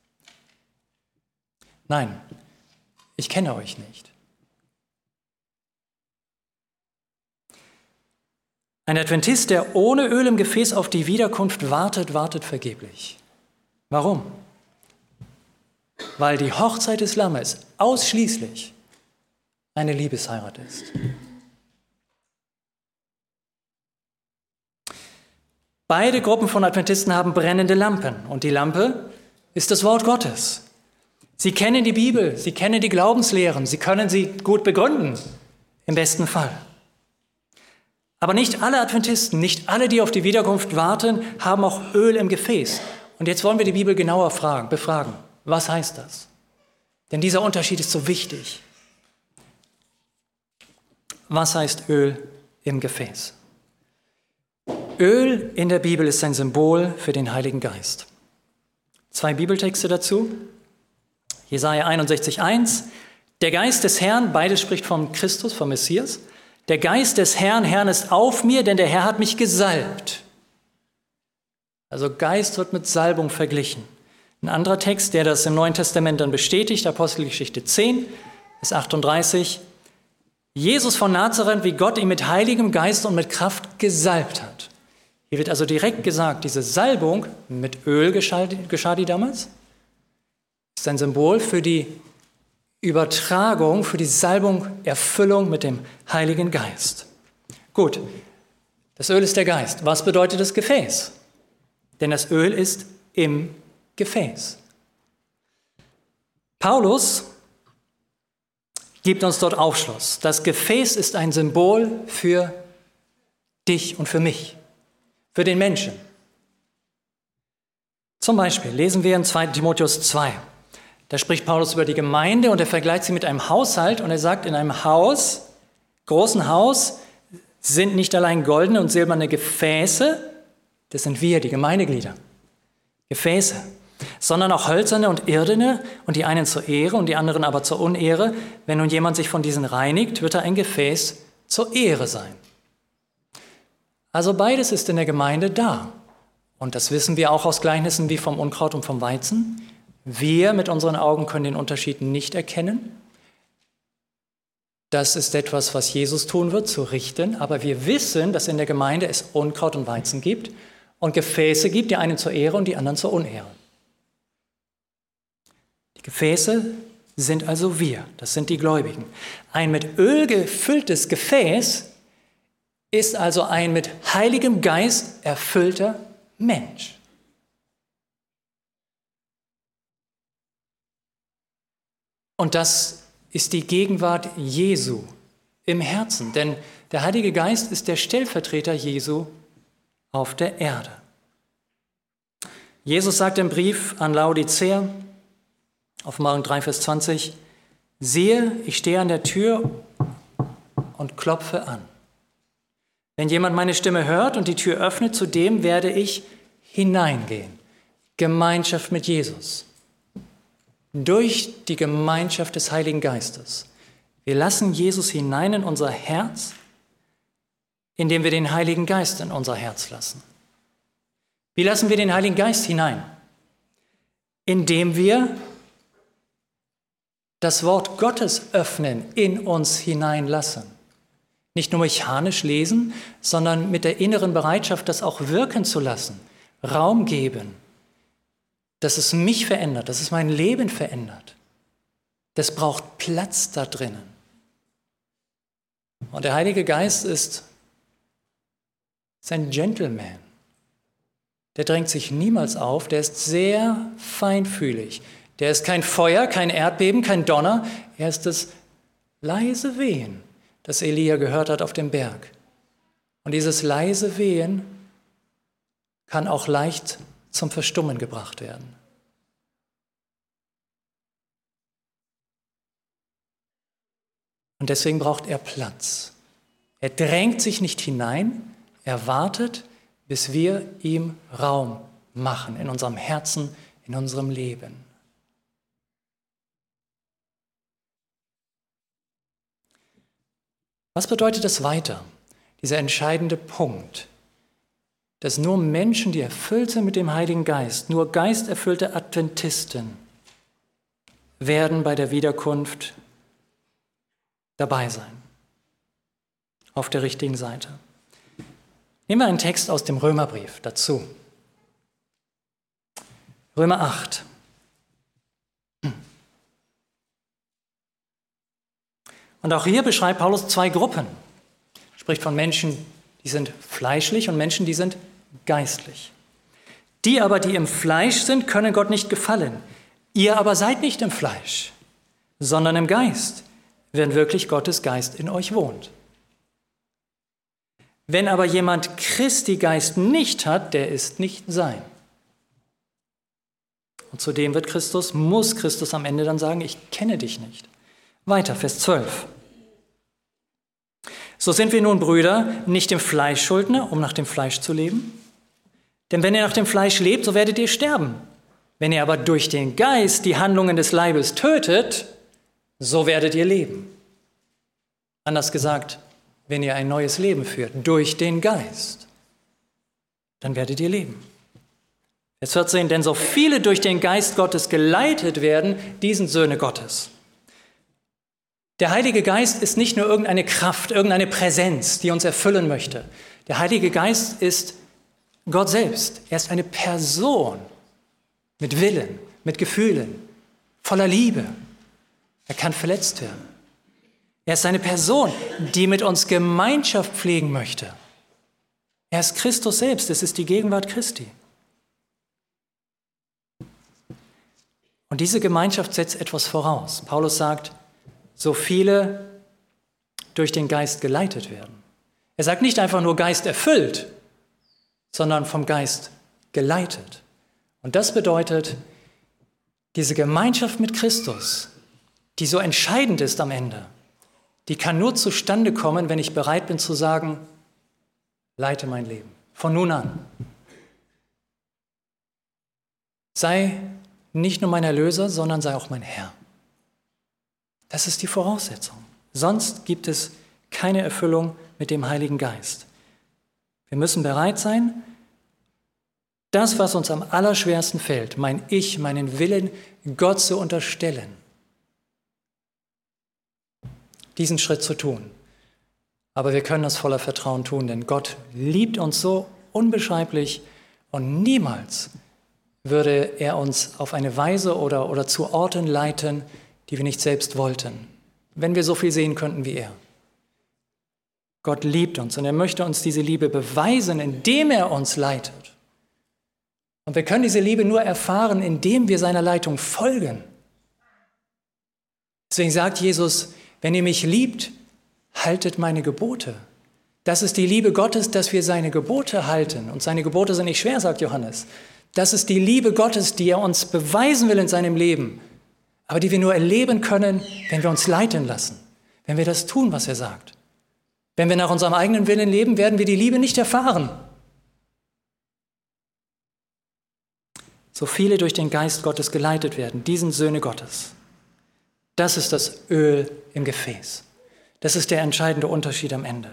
Nein, ich kenne euch nicht. Ein Adventist, der ohne Öl im Gefäß auf die Wiederkunft wartet, wartet vergeblich. Warum? Weil die Hochzeit des Lammes ausschließlich eine Liebesheirat ist. Beide Gruppen von Adventisten haben brennende Lampen und die Lampe ist das Wort Gottes. Sie kennen die Bibel, sie kennen die Glaubenslehren, sie können sie gut begründen, im besten Fall. Aber nicht alle Adventisten, nicht alle, die auf die Wiederkunft warten, haben auch Öl im Gefäß. Und jetzt wollen wir die Bibel genauer fragen, befragen. Was heißt das? Denn dieser Unterschied ist so wichtig. Was heißt Öl im Gefäß? Öl in der Bibel ist ein Symbol für den Heiligen Geist. Zwei Bibeltexte dazu. Jesaja einundsechzig eins. Der Geist des Herrn, beides spricht vom Christus, vom Messias. Der Geist des Herrn, Herrn ist auf mir, denn der Herr hat mich gesalbt. Also Geist wird mit Salbung verglichen. Ein anderer Text, der das im Neuen Testament dann bestätigt, Apostelgeschichte zehn, Vers achtunddreißig. Jesus von Nazareth, wie Gott ihn mit heiligem Geist und mit Kraft gesalbt hat. Hier wird also direkt gesagt, diese Salbung, mit Öl geschah, geschah die damals, ist ein Symbol für die Übertragung, für die Salbung, Erfüllung mit dem Heiligen Geist. Gut, das Öl ist der Geist. Was bedeutet das Gefäß? Denn das Öl ist im Gefäß. Paulus gibt uns dort Aufschluss. Das Gefäß ist ein Symbol für dich und für mich, für den Menschen. Zum Beispiel lesen wir in zweiten Timotheus zwei. Da spricht Paulus über die Gemeinde und er vergleicht sie mit einem Haushalt und er sagt, in einem Haus, großen Haus, sind nicht allein goldene und silberne Gefäße, das sind wir, die Gemeindeglieder, Gefäße, sondern auch hölzerne und irdene und die einen zur Ehre und die anderen aber zur Unehre. Wenn nun jemand sich von diesen reinigt, wird er ein Gefäß zur Ehre sein. Also beides ist in der Gemeinde da. Und das wissen wir auch aus Gleichnissen wie vom Unkraut und vom Weizen. Wir mit unseren Augen können den Unterschied nicht erkennen. Das ist etwas, was Jesus tun wird, zu richten. Aber wir wissen, dass in der Gemeinde es Unkraut und Weizen gibt und Gefäße gibt, die einen zur Ehre und die anderen zur Unehre. Die Gefäße sind also wir, das sind die Gläubigen. Ein mit Öl gefülltes Gefäß ist also ein mit Heiligem Geist erfüllter Mensch. Und das ist die Gegenwart Jesu im Herzen, denn der Heilige Geist ist der Stellvertreter Jesu auf der Erde. Jesus sagt im Brief an Laodicea, Offenbarung drei, Vers zwanzig, siehe, ich stehe an der Tür und klopfe an. Wenn jemand meine Stimme hört und die Tür öffnet, zu dem werde ich hineingehen. Gemeinschaft mit Jesus. Durch die Gemeinschaft des Heiligen Geistes. Wir lassen Jesus hinein in unser Herz, indem wir den Heiligen Geist in unser Herz lassen. Wie lassen wir den Heiligen Geist hinein? Indem wir das Wort Gottes öffnen, in uns hineinlassen. Nicht nur mechanisch lesen, sondern mit der inneren Bereitschaft, das auch wirken zu lassen, Raum geben, dass es mich verändert, dass es mein Leben verändert. Das braucht Platz da drinnen. Und der Heilige Geist ist, ist ein Gentleman. Der drängt sich niemals auf, der ist sehr feinfühlig. Der ist kein Feuer, kein Erdbeben, kein Donner. Er ist das leise Wehen, das Elia gehört hat auf dem Berg. Und dieses leise Wehen kann auch leicht zum Verstummen gebracht werden. Und deswegen braucht er Platz. Er drängt sich nicht hinein, er wartet, bis wir ihm Raum machen in unserem Herzen, in unserem Leben. Was bedeutet das weiter? Dieser entscheidende Punkt, dass nur Menschen, die erfüllt sind mit dem Heiligen Geist, nur geisterfüllte Adventisten, werden bei der Wiederkunft dabei sein, auf der richtigen Seite. Nehmen wir einen Text aus dem Römerbrief dazu. Römer acht. Und auch hier beschreibt Paulus zwei Gruppen. Er spricht von Menschen, die sind fleischlich und Menschen, die sind geistlich. Die aber, die im Fleisch sind, können Gott nicht gefallen. Ihr aber seid nicht im Fleisch, sondern im Geist, wenn wirklich Gottes Geist in euch wohnt. Wenn aber jemand Christi Geist nicht hat, der ist nicht sein. Und zudem wird Christus, muss Christus am Ende dann sagen, ich kenne dich nicht. Weiter, Vers zwölf. So sind wir nun, Brüder, nicht dem Fleisch Schuldner, um nach dem Fleisch zu leben. Denn wenn ihr nach dem Fleisch lebt, so werdet ihr sterben. Wenn ihr aber durch den Geist die Handlungen des Leibes tötet, so werdet ihr leben. Anders gesagt, wenn ihr ein neues Leben führt, durch den Geist, dann werdet ihr leben. Vers vierzehn, denn so viele durch den Geist Gottes geleitet werden, die sind Söhne Gottes. Der Heilige Geist ist nicht nur irgendeine Kraft, irgendeine Präsenz, die uns erfüllen möchte. Der Heilige Geist ist Gott selbst. Er ist eine Person mit Willen, mit Gefühlen, voller Liebe. Er kann verletzt werden. Er ist eine Person, die mit uns Gemeinschaft pflegen möchte. Er ist Christus selbst, es ist die Gegenwart Christi. Und diese Gemeinschaft setzt etwas voraus. Paulus sagt, so viele durch den Geist geleitet werden. Er sagt nicht einfach nur Geist erfüllt, sondern vom Geist geleitet. Und das bedeutet, diese Gemeinschaft mit Christus, die so entscheidend ist am Ende, die kann nur zustande kommen, wenn ich bereit bin zu sagen, leite mein Leben, von nun an. Sei nicht nur mein Erlöser, sondern sei auch mein Herr. Das ist die Voraussetzung. Sonst gibt es keine Erfüllung mit dem Heiligen Geist. Wir müssen bereit sein, das, was uns am allerschwersten fällt, mein Ich, meinen Willen, Gott zu unterstellen, diesen Schritt zu tun. Aber wir können das voller Vertrauen tun, denn Gott liebt uns so unbeschreiblich und niemals würde er uns auf eine Weise oder, oder zu Orten leiten, die wir nicht selbst wollten, wenn wir so viel sehen könnten wie er. Gott liebt uns und er möchte uns diese Liebe beweisen, indem er uns leitet. Und wir können diese Liebe nur erfahren, indem wir seiner Leitung folgen. Deswegen sagt Jesus, wenn ihr mich liebt, haltet meine Gebote. Das ist die Liebe Gottes, dass wir seine Gebote halten. Und seine Gebote sind nicht schwer, sagt Johannes. Das ist die Liebe Gottes, die er uns beweisen will in seinem Leben, aber die wir nur erleben können, wenn wir uns leiten lassen, wenn wir das tun, was er sagt. Wenn wir nach unserem eigenen Willen leben, werden wir die Liebe nicht erfahren. So viele durch den Geist Gottes geleitet werden, die sind Söhne Gottes. Das ist das Öl im Gefäß. Das ist der entscheidende Unterschied am Ende.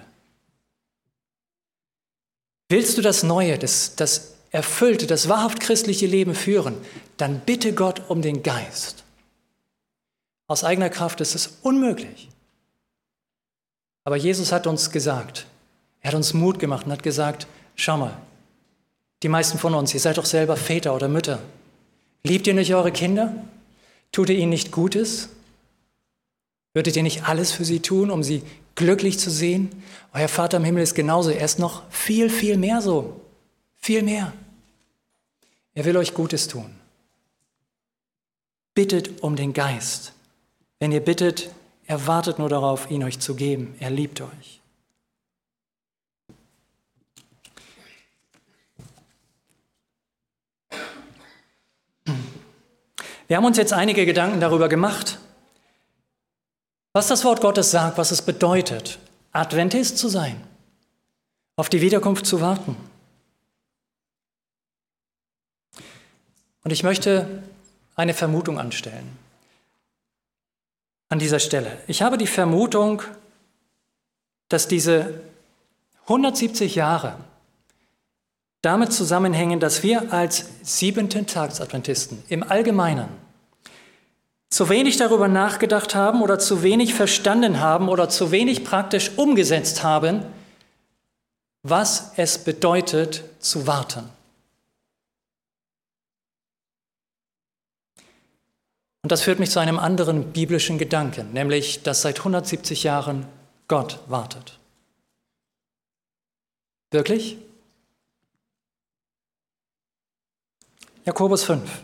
Willst du das Neue, das, das erfüllte, das wahrhaft christliche Leben führen, dann bitte Gott um den Geist. Aus eigener Kraft ist es unmöglich. Aber Jesus hat uns gesagt, er hat uns Mut gemacht und hat gesagt, schau mal, die meisten von uns, ihr seid doch selber Väter oder Mütter. Liebt ihr nicht eure Kinder? Tut ihr ihnen nicht Gutes? Würdet ihr nicht alles für sie tun, um sie glücklich zu sehen? Euer Vater im Himmel ist genauso, er ist noch viel, viel mehr so. Viel mehr. Er will euch Gutes tun. Bittet um den Geist. Wenn ihr bittet, er wartet nur darauf, ihn euch zu geben. Er liebt euch. Wir haben uns jetzt einige Gedanken darüber gemacht, was das Wort Gottes sagt, was es bedeutet, Adventist zu sein, auf die Wiederkunft zu warten. Und ich möchte eine Vermutung anstellen an dieser Stelle. Ich habe die Vermutung, dass diese hundertsiebzig Jahre damit zusammenhängen, dass wir als Siebenten-Tags-Adventisten im Allgemeinen zu wenig darüber nachgedacht haben oder zu wenig verstanden haben oder zu wenig praktisch umgesetzt haben, was es bedeutet, zu warten. Und das führt mich zu einem anderen biblischen Gedanken, nämlich, dass seit hundertsiebzig Jahren Gott wartet. Wirklich? Jakobus fünf.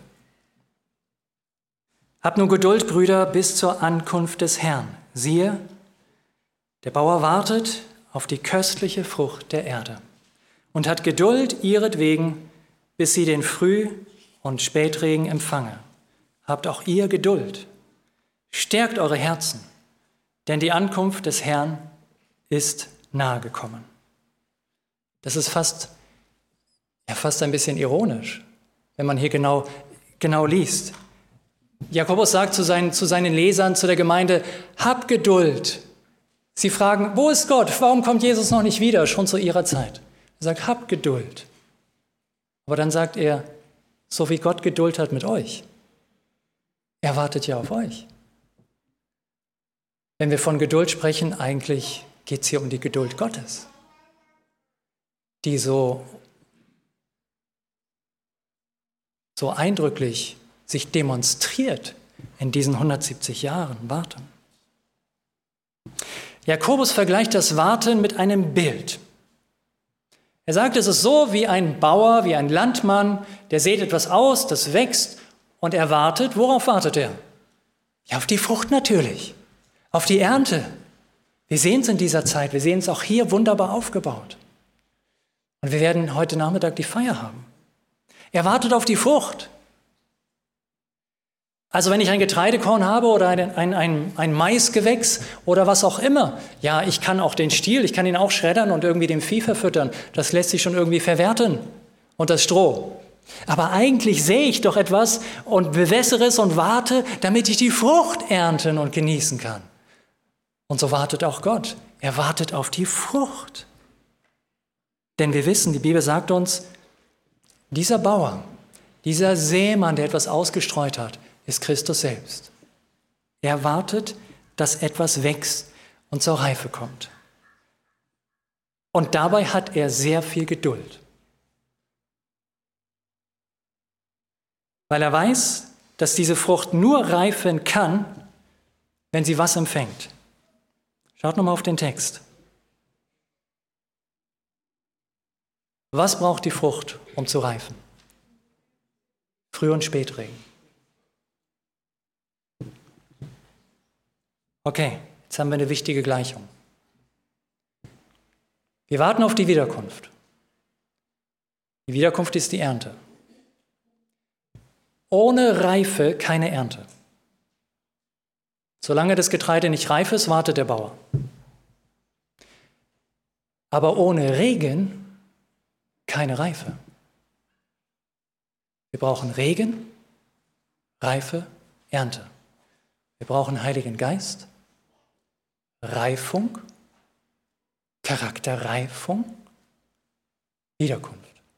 Habt nun Geduld, Brüder, bis zur Ankunft des Herrn. Siehe, der Bauer wartet auf die köstliche Frucht der Erde und hat Geduld ihretwegen, bis sie den Früh- und Spätregen empfange. Habt auch ihr Geduld. Stärkt eure Herzen, denn die Ankunft des Herrn ist nahe gekommen. Das ist fast, ja, fast ein bisschen ironisch, wenn man hier genau, genau liest. Jakobus sagt zu seinen, zu seinen Lesern, zu der Gemeinde, habt Geduld. Sie fragen, wo ist Gott? Warum kommt Jesus noch nicht wieder, schon zu ihrer Zeit? Er sagt, habt Geduld. Aber dann sagt er, so wie Gott Geduld hat mit euch. Er wartet ja auf euch. Wenn wir von Geduld sprechen, eigentlich geht es hier um die Geduld Gottes, die so, so eindrücklich sich demonstriert in diesen hundertsiebzig Jahren Warten. Jakobus vergleicht das Warten mit einem Bild. Er sagt, es ist so wie ein Bauer, wie ein Landmann, der sät etwas aus, das wächst und er wartet. Worauf wartet er? Ja, auf die Frucht natürlich, auf die Ernte. Wir sehen es in dieser Zeit, wir sehen es auch hier wunderbar aufgebaut. Und wir werden heute Nachmittag die Feier haben. Er wartet auf die Frucht. Also wenn ich ein Getreidekorn habe oder ein, ein, ein, ein Maisgewächs oder was auch immer, ja, ich kann auch den Stiel, ich kann ihn auch schreddern und irgendwie dem Vieh verfüttern. Das lässt sich schon irgendwie verwerten und das Stroh. Aber eigentlich sähe ich doch etwas und bewässere es und warte, damit ich die Frucht ernten und genießen kann. Und so wartet auch Gott. Er wartet auf die Frucht. Denn wir wissen, die Bibel sagt uns, dieser Bauer, dieser Sämann, der etwas ausgestreut hat, ist Christus selbst. Er wartet, dass etwas wächst und zur Reife kommt. Und dabei hat er sehr viel Geduld. Weil er weiß, dass diese Frucht nur reifen kann, wenn sie was empfängt. Schaut nochmal auf den Text. Was braucht die Frucht, um zu reifen? Früh- und Spätregen. Okay, jetzt haben wir eine wichtige Gleichung. Wir warten auf die Wiederkunft. Die Wiederkunft ist die Ernte. Ohne Reife keine Ernte. Solange das Getreide nicht reif ist, wartet der Bauer. Aber ohne Regen keine Reife. Wir brauchen Regen, Reife, Ernte. Wir brauchen Heiligen Geist, Reifung, Charakterreifung, Wiederkunft.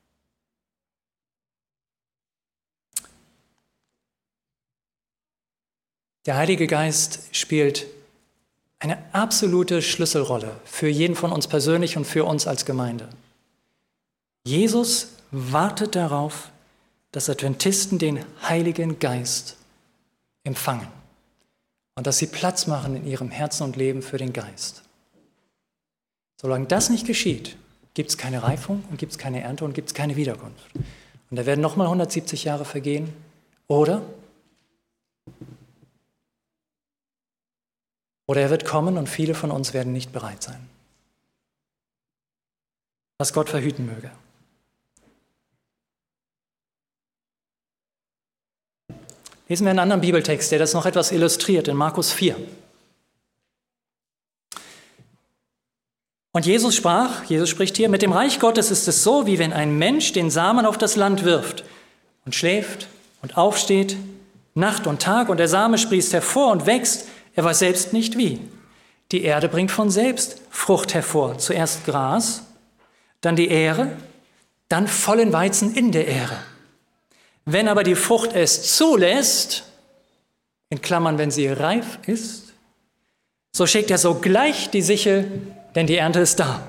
Der Heilige Geist spielt eine absolute Schlüsselrolle für jeden von uns persönlich und für uns als Gemeinde. Jesus wartet darauf, dass Adventisten den Heiligen Geist empfangen und dass sie Platz machen in ihrem Herzen und Leben für den Geist. Solange das nicht geschieht, gibt es keine Reifung und gibt es keine Ernte und gibt es keine Wiederkunft. Und da werden nochmal hundertsiebzig Jahre vergehen. Oder? Oder er wird kommen und viele von uns werden nicht bereit sein. Was Gott verhüten möge. Lesen wir einen anderen Bibeltext, der das noch etwas illustriert, in Markus vier. Und Jesus sprach, Jesus spricht hier, mit dem Reich Gottes ist es so, wie wenn ein Mensch den Samen auf das Land wirft und schläft und aufsteht, Nacht und Tag, und der Same sprießt hervor und wächst, er weiß selbst nicht wie. Die Erde bringt von selbst Frucht hervor, zuerst Gras, dann die Ähre, dann vollen Weizen in der Ähre. Wenn aber die Frucht es zulässt, in Klammern, wenn sie reif ist, so schickt er sogleich die Sichel, denn die Ernte ist da.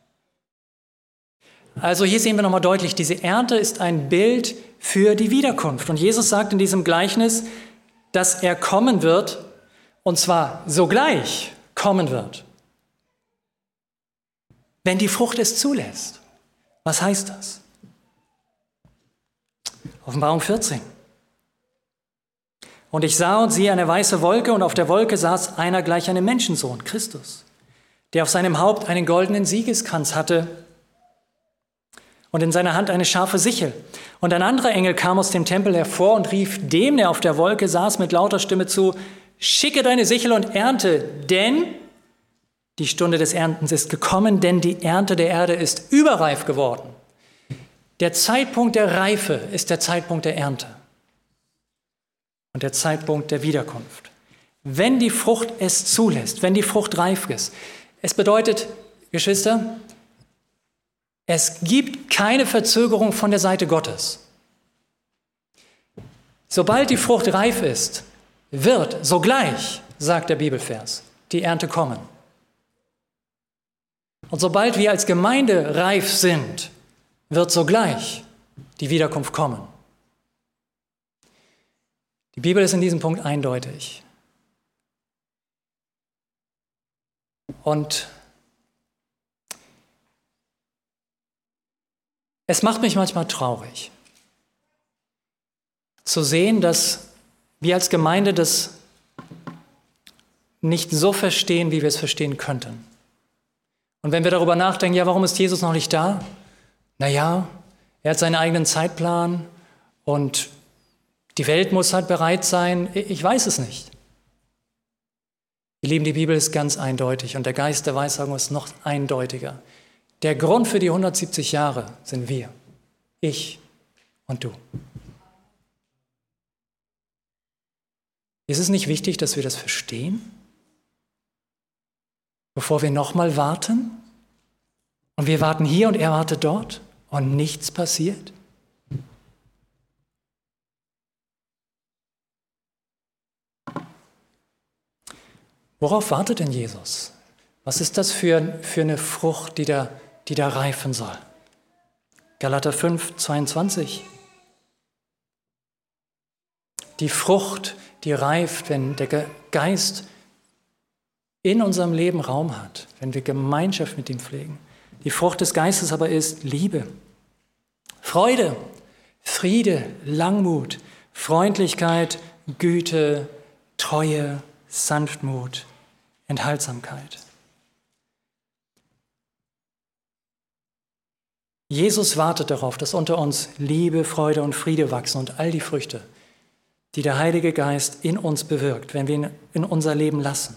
Also hier sehen wir nochmal deutlich, diese Ernte ist ein Bild für die Wiederkunft. Und Jesus sagt in diesem Gleichnis, dass er kommen wird, und zwar sogleich kommen wird, wenn die Frucht es zulässt. Was heißt das? Offenbarung vierzehn. Und ich sah und siehe eine weiße Wolke, und auf der Wolke saß einer gleich einem Menschensohn, Christus, der auf seinem Haupt einen goldenen Siegeskranz hatte und in seiner Hand eine scharfe Sichel. Und ein anderer Engel kam aus dem Tempel hervor und rief dem, der auf der Wolke saß, mit lauter Stimme zu: Schicke deine Sichel und ernte, denn die Stunde des Erntens ist gekommen, denn die Ernte der Erde ist überreif geworden. Der Zeitpunkt der Reife ist der Zeitpunkt der Ernte und der Zeitpunkt der Wiederkunft. Wenn die Frucht es zulässt, wenn die Frucht reif ist. Es bedeutet, Geschwister, es gibt keine Verzögerung von der Seite Gottes. Sobald die Frucht reif ist, wird sogleich, sagt der Bibelvers, die Ernte kommen. Und sobald wir als Gemeinde reif sind, wird sogleich die Wiederkunft kommen. Die Bibel ist in diesem Punkt eindeutig. Und es macht mich manchmal traurig, zu sehen, dass wir als Gemeinde das nicht so verstehen, wie wir es verstehen könnten. Und wenn wir darüber nachdenken, ja, warum ist Jesus noch nicht da? Naja, er hat seinen eigenen Zeitplan und die Welt muss halt bereit sein. Ich weiß es nicht. Ihr Lieben, die Bibel ist ganz eindeutig und der Geist der Weissagung ist noch eindeutiger. Der Grund für die hundertsiebzig Jahre sind wir, ich und du. Ist es nicht wichtig, dass wir das verstehen, bevor wir nochmal warten? Und wir warten hier und er wartet dort und nichts passiert? Worauf wartet denn Jesus? Was ist das für, für eine Frucht, die da, die da reifen soll? Galater fünf, zweiundzwanzig. Die Frucht, die reift, wenn der Geist in unserem Leben Raum hat, wenn wir Gemeinschaft mit ihm pflegen. Die Frucht des Geistes aber ist Liebe, Freude, Friede, Langmut, Freundlichkeit, Güte, Treue, Sanftmut, Enthaltsamkeit. Jesus wartet darauf, dass unter uns Liebe, Freude und Friede wachsen und all die Früchte, die der Heilige Geist in uns bewirkt, wenn wir ihn in unser Leben lassen.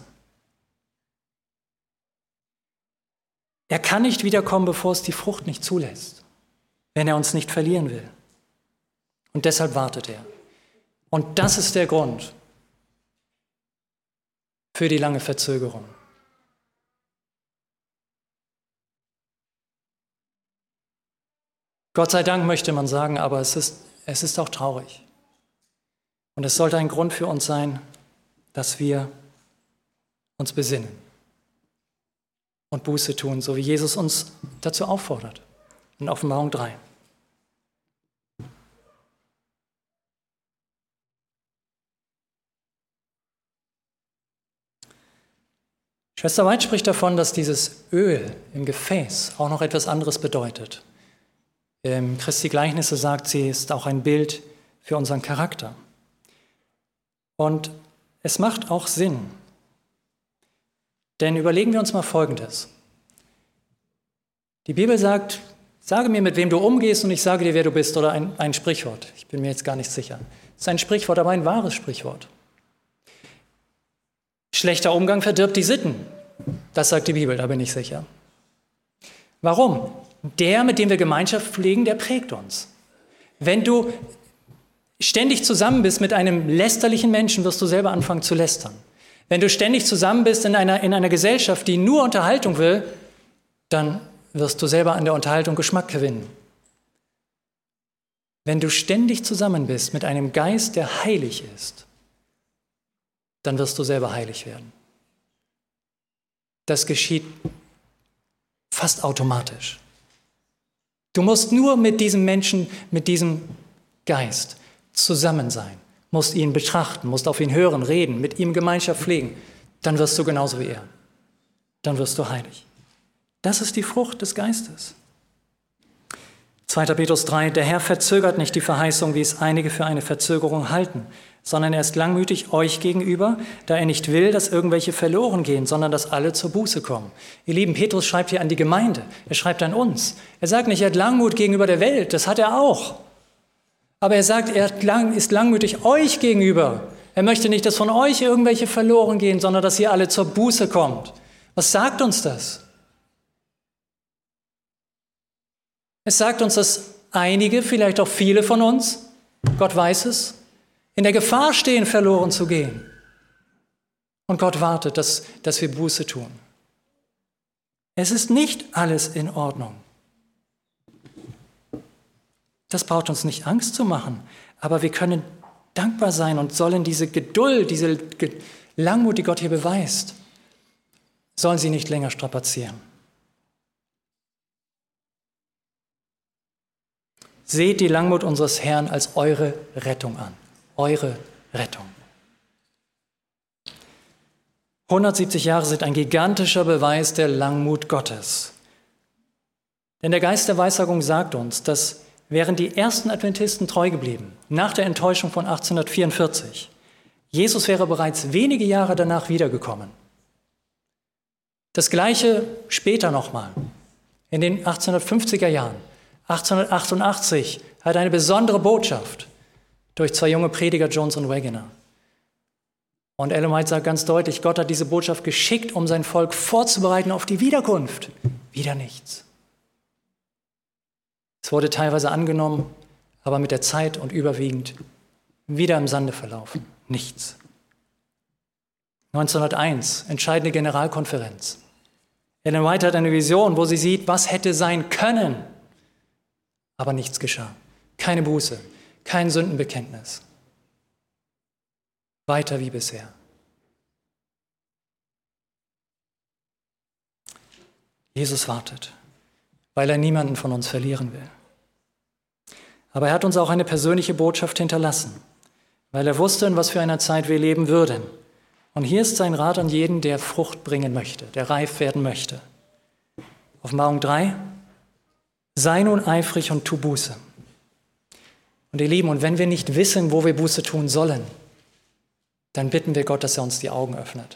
Er kann nicht wiederkommen, bevor es die Frucht nicht zulässt, wenn er uns nicht verlieren will. Und deshalb wartet er. Und das ist der Grund für die lange Verzögerung. Gott sei Dank möchte man sagen, aber es ist, es ist auch traurig. Und es sollte ein Grund für uns sein, dass wir uns besinnen und Buße tun, so wie Jesus uns dazu auffordert. In Offenbarung drei. Schwester White spricht davon, dass dieses Öl im Gefäß auch noch etwas anderes bedeutet. Im Christi Gleichnisse sagt sie, es ist auch ein Bild für unseren Charakter. Und es macht auch Sinn. Denn überlegen wir uns mal Folgendes. Die Bibel sagt, Sage mir, mit wem du umgehst und ich sage dir, wer du bist, oder ein, ein Sprichwort. Ich bin mir jetzt gar nicht sicher. Es ist ein Sprichwort, aber ein wahres Sprichwort. Schlechter Umgang verdirbt die Sitten. Das sagt die Bibel, da bin ich sicher. Warum? Der, mit dem wir Gemeinschaft pflegen, der prägt uns. Wenn du ständig zusammen bist mit einem lästerlichen Menschen, wirst du selber anfangen zu lästern. Wenn du ständig zusammen bist in einer, in einer Gesellschaft, die nur Unterhaltung will, dann wirst du selber an der Unterhaltung Geschmack gewinnen. Wenn du ständig zusammen bist mit einem Geist, der heilig ist, dann wirst du selber heilig werden. Das geschieht fast automatisch. Du musst nur mit diesem Menschen, mit diesem Geist zusammen sein, musst ihn betrachten, musst auf ihn hören, reden, mit ihm Gemeinschaft pflegen. Dann wirst du genauso wie er. Dann wirst du heilig. Das ist die Frucht des Geistes. zweiter Petrus drei, der Herr verzögert nicht die Verheißung, wie es einige für eine Verzögerung halten, sondern er ist langmütig euch gegenüber, da er nicht will, dass irgendwelche verloren gehen, sondern dass alle zur Buße kommen. Ihr Lieben, Petrus schreibt hier an die Gemeinde, er schreibt an uns. Er sagt nicht, er hat Langmut gegenüber der Welt, das hat er auch. Aber er sagt, er ist langmütig euch gegenüber. Er möchte nicht, dass von euch irgendwelche verloren gehen, sondern dass ihr alle zur Buße kommt. Was sagt uns das? Es sagt uns, dass einige, vielleicht auch viele von uns, Gott weiß es, in der Gefahr stehen, verloren zu gehen. Und Gott wartet, dass, dass wir Buße tun. Es ist nicht alles in Ordnung. Das braucht uns nicht Angst zu machen, aber wir können dankbar sein und sollen diese Geduld, diese Langmut, die Gott hier beweist, sollen sie nicht länger strapazieren. Seht die Langmut unseres Herrn als eure Rettung an. Eure Rettung. hundertsiebzig Jahre sind ein gigantischer Beweis der Langmut Gottes. Denn der Geist der Weissagung sagt uns, dass wären die ersten Adventisten treu geblieben, nach der Enttäuschung von achtzehnhundertvierundvierzig, Jesus wäre bereits wenige Jahre danach wiedergekommen. Das Gleiche später nochmal, in den achtzehnhundertfünfziger Jahren. achtzehnhundertachtundachtzig hat eine besondere Botschaft durch zwei junge Prediger, Jones und Wegener. Und Ellen White sagt ganz deutlich, Gott hat diese Botschaft geschickt, um sein Volk vorzubereiten auf die Wiederkunft. Wieder nichts. Es wurde teilweise angenommen, aber mit der Zeit und überwiegend wieder im Sande verlaufen. Nichts. neunzehnhunderteins, entscheidende Generalkonferenz. Ellen White hat eine Vision, wo sie sieht, was hätte sein können. Aber nichts geschah. Keine Buße, kein Sündenbekenntnis. Weiter wie bisher. Jesus wartet, weil er niemanden von uns verlieren will. Aber er hat uns auch eine persönliche Botschaft hinterlassen, weil er wusste, in was für einer Zeit wir leben würden. Und hier ist sein Rat an jeden, der Frucht bringen möchte, der reif werden möchte. Offenbarung drei, sei nun eifrig und tu Buße. Und ihr Lieben, und wenn wir nicht wissen, wo wir Buße tun sollen, dann bitten wir Gott, dass er uns die Augen öffnet.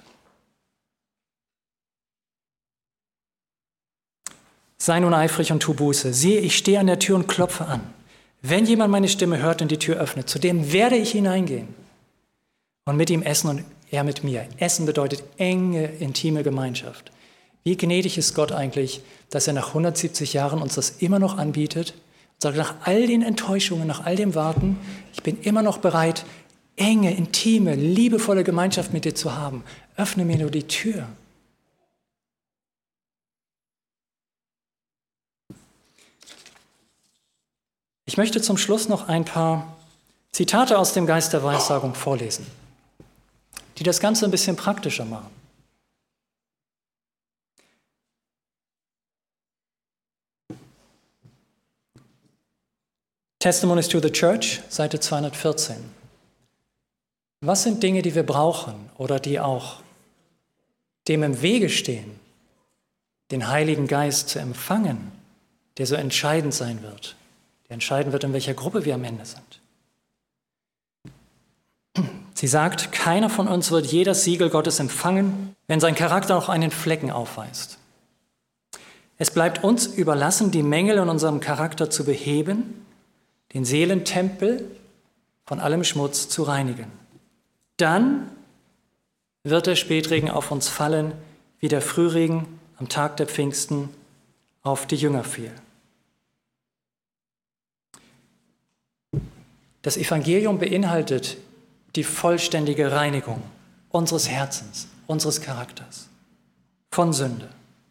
Sei nun eifrig und tu Buße. Siehe, ich stehe an der Tür und klopfe an. Wenn jemand meine Stimme hört und die Tür öffnet, zu dem werde ich hineingehen und mit ihm essen und er mit mir. Essen bedeutet enge, intime Gemeinschaft. Wie gnädig ist Gott eigentlich, dass er nach hundertsiebzig Jahren uns das immer noch anbietet und sagt, nach all den Enttäuschungen, nach all dem Warten, ich bin immer noch bereit, enge, intime, liebevolle Gemeinschaft mit dir zu haben. Öffne mir nur die Tür. Ich möchte zum Schluss noch ein paar Zitate aus dem Geist der Weissagung vorlesen, die das Ganze ein bisschen praktischer machen. Testimonies to the Church, Seite zweihundertvierzehn. Was sind Dinge, die wir brauchen oder die auch dem im Wege stehen, den Heiligen Geist zu empfangen, der so entscheidend sein wird, der entscheiden wird, in welcher Gruppe wir am Ende sind? Sie sagt, keiner von uns wird je das Siegel Gottes empfangen, wenn sein Charakter noch einen Flecken aufweist. Es bleibt uns überlassen, die Mängel in unserem Charakter zu beheben, den Seelentempel von allem Schmutz zu reinigen. Dann wird der Spätregen auf uns fallen, wie der Frühregen am Tag der Pfingsten auf die Jünger fiel. Das Evangelium beinhaltet die vollständige Reinigung unseres Herzens, unseres Charakters von Sünde.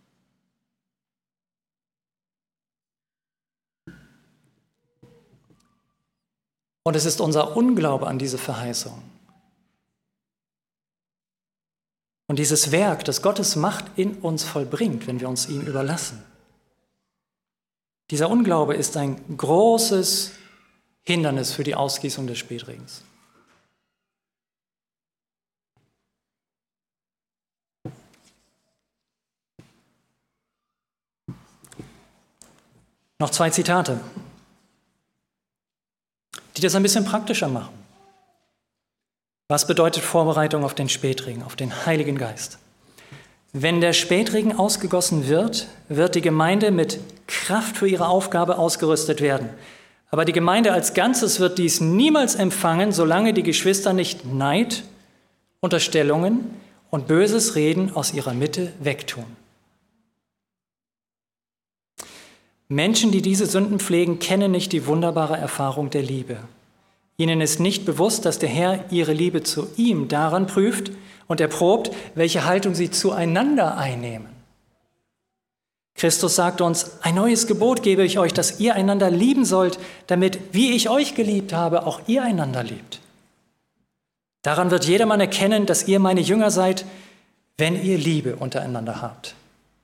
Und es ist unser Unglaube an diese Verheißung und dieses Werk, das Gottes Macht in uns vollbringt, wenn wir uns ihm überlassen. Dieser Unglaube ist ein großes Hindernis für die Ausgießung des Spätregens. Noch zwei Zitate, die das ein bisschen praktischer machen. Was bedeutet Vorbereitung auf den Spätregen, auf den Heiligen Geist? Wenn der Spätregen ausgegossen wird, wird die Gemeinde mit Kraft für ihre Aufgabe ausgerüstet werden. Aber die Gemeinde als Ganzes wird dies niemals empfangen, solange die Geschwister nicht Neid, Unterstellungen und böses Reden aus ihrer Mitte wegtun. Menschen, die diese Sünden pflegen, kennen nicht die wunderbare Erfahrung der Liebe. Ihnen ist nicht bewusst, dass der Herr ihre Liebe zu ihm daran prüft und erprobt, welche Haltung sie zueinander einnehmen. Christus sagt uns, ein neues Gebot gebe ich euch, dass ihr einander lieben sollt, damit, wie ich euch geliebt habe, auch ihr einander liebt. Daran wird jedermann erkennen, dass ihr meine Jünger seid, wenn ihr Liebe untereinander habt.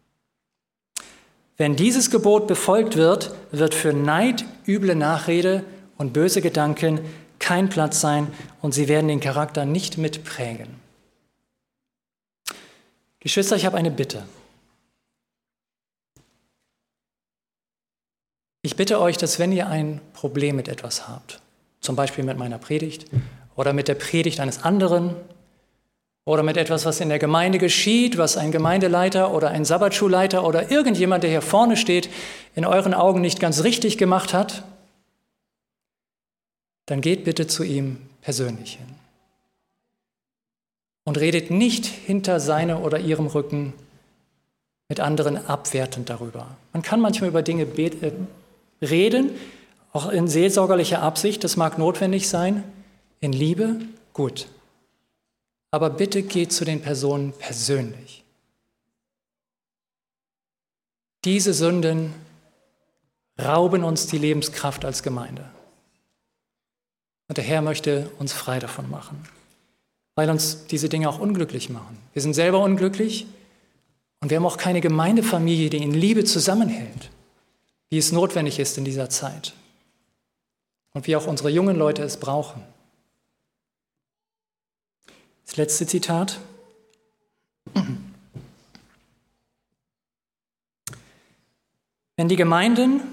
Wenn dieses Gebot befolgt wird, wird für Neid, üble Nachrede und böse Gedanken kein Platz sein und sie werden den Charakter nicht mitprägen. Geschwister, ich habe eine Bitte. Ich bitte euch, dass wenn ihr ein Problem mit etwas habt, zum Beispiel mit meiner Predigt oder mit der Predigt eines anderen oder mit etwas, was in der Gemeinde geschieht, was ein Gemeindeleiter oder ein Sabbatschulleiter oder irgendjemand, der hier vorne steht, in euren Augen nicht ganz richtig gemacht hat, dann geht bitte zu ihm persönlich hin. Und redet nicht hinter seinem oder ihrem Rücken mit anderen abwertend darüber. Man kann manchmal über Dinge reden, auch in seelsorgerlicher Absicht, das mag notwendig sein, in Liebe, gut. Aber bitte geht zu den Personen persönlich. Diese Sünden rauben uns die Lebenskraft als Gemeinde. Und der Herr möchte uns frei davon machen, weil uns diese Dinge auch unglücklich machen. Wir sind selber unglücklich und wir haben auch keine Gemeindefamilie, die in Liebe zusammenhält, wie es notwendig ist in dieser Zeit. Und wie auch unsere jungen Leute es brauchen. Das letzte Zitat. Wenn die Gemeinden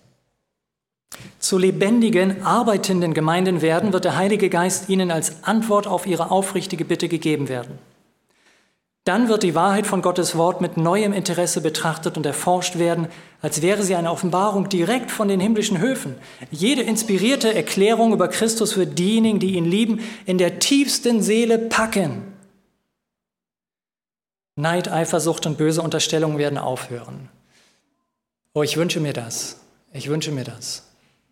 zu lebendigen, arbeitenden Gemeinden werden, wird der Heilige Geist ihnen als Antwort auf ihre aufrichtige Bitte gegeben werden. Dann wird die Wahrheit von Gottes Wort mit neuem Interesse betrachtet und erforscht werden, als wäre sie eine Offenbarung direkt von den himmlischen Höfen. Jede inspirierte Erklärung über Christus wird diejenigen, die ihn lieben, in der tiefsten Seele packen. Neid, Eifersucht und böse Unterstellungen werden aufhören. Oh, ich wünsche mir das. Ich wünsche mir das.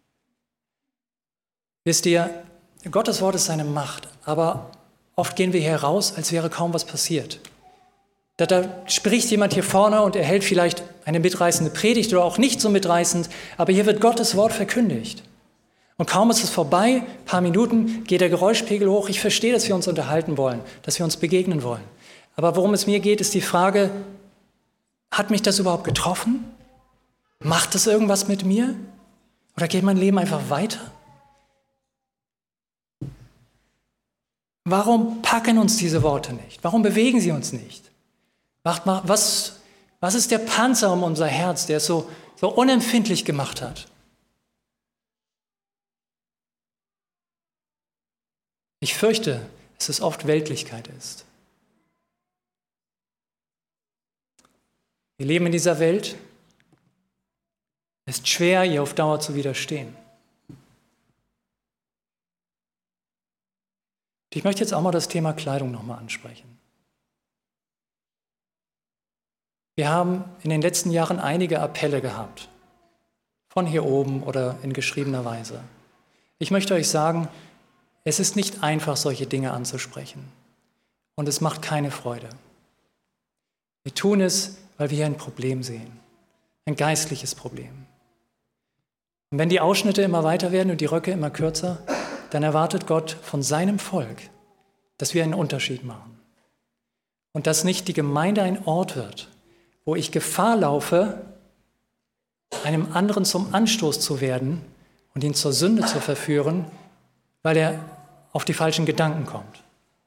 Wisst ihr, Gottes Wort ist seine Macht, aber oft gehen wir hier raus, als wäre kaum was passiert. Da, da spricht jemand hier vorne und er hält vielleicht eine mitreißende Predigt oder auch nicht so mitreißend, aber hier wird Gottes Wort verkündigt. Und kaum ist es vorbei, ein paar Minuten, geht der Geräuschpegel hoch. Ich verstehe, dass wir uns unterhalten wollen, dass wir uns begegnen wollen. Aber worum es mir geht, ist die Frage, hat mich das überhaupt getroffen? Macht das irgendwas mit mir? Oder geht mein Leben einfach weiter? Warum packen uns diese Worte nicht? Warum bewegen sie uns nicht? Was, was ist der Panzer um unser Herz, der es so, so unempfindlich gemacht hat? Ich fürchte, dass es oft Weltlichkeit ist. Wir leben in dieser Welt Es ist schwer, ihr auf Dauer zu widerstehen. Ich möchte jetzt auch mal das Thema Kleidung nochmal ansprechen. Wir haben in den letzten Jahren einige Appelle gehabt, von hier oben oder in geschriebener Weise. Ich möchte euch sagen, es ist nicht einfach, solche Dinge anzusprechen. Und es macht keine Freude. Wir tun es, weil wir hier ein Problem sehen, ein geistliches Problem. Und wenn die Ausschnitte immer weiter werden und die Röcke immer kürzer, dann erwartet Gott von seinem Volk, dass wir einen Unterschied machen. Und dass nicht die Gemeinde ein Ort wird, wo ich Gefahr laufe, einem anderen zum Anstoß zu werden und ihn zur Sünde zu verführen, weil er auf die falschen Gedanken kommt.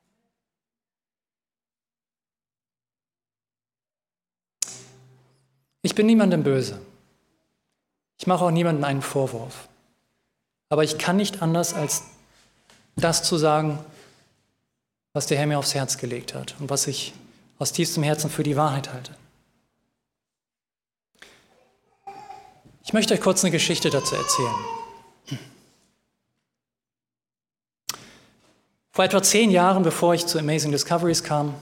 Ich bin niemandem böse. Ich mache auch niemandem einen Vorwurf. Aber ich kann nicht anders, als das zu sagen, was der Herr mir aufs Herz gelegt hat und was ich aus tiefstem Herzen für die Wahrheit halte. Ich möchte euch kurz eine Geschichte dazu erzählen. Vor etwa zehn Jahren, bevor ich zu Amazing Discoveries kam,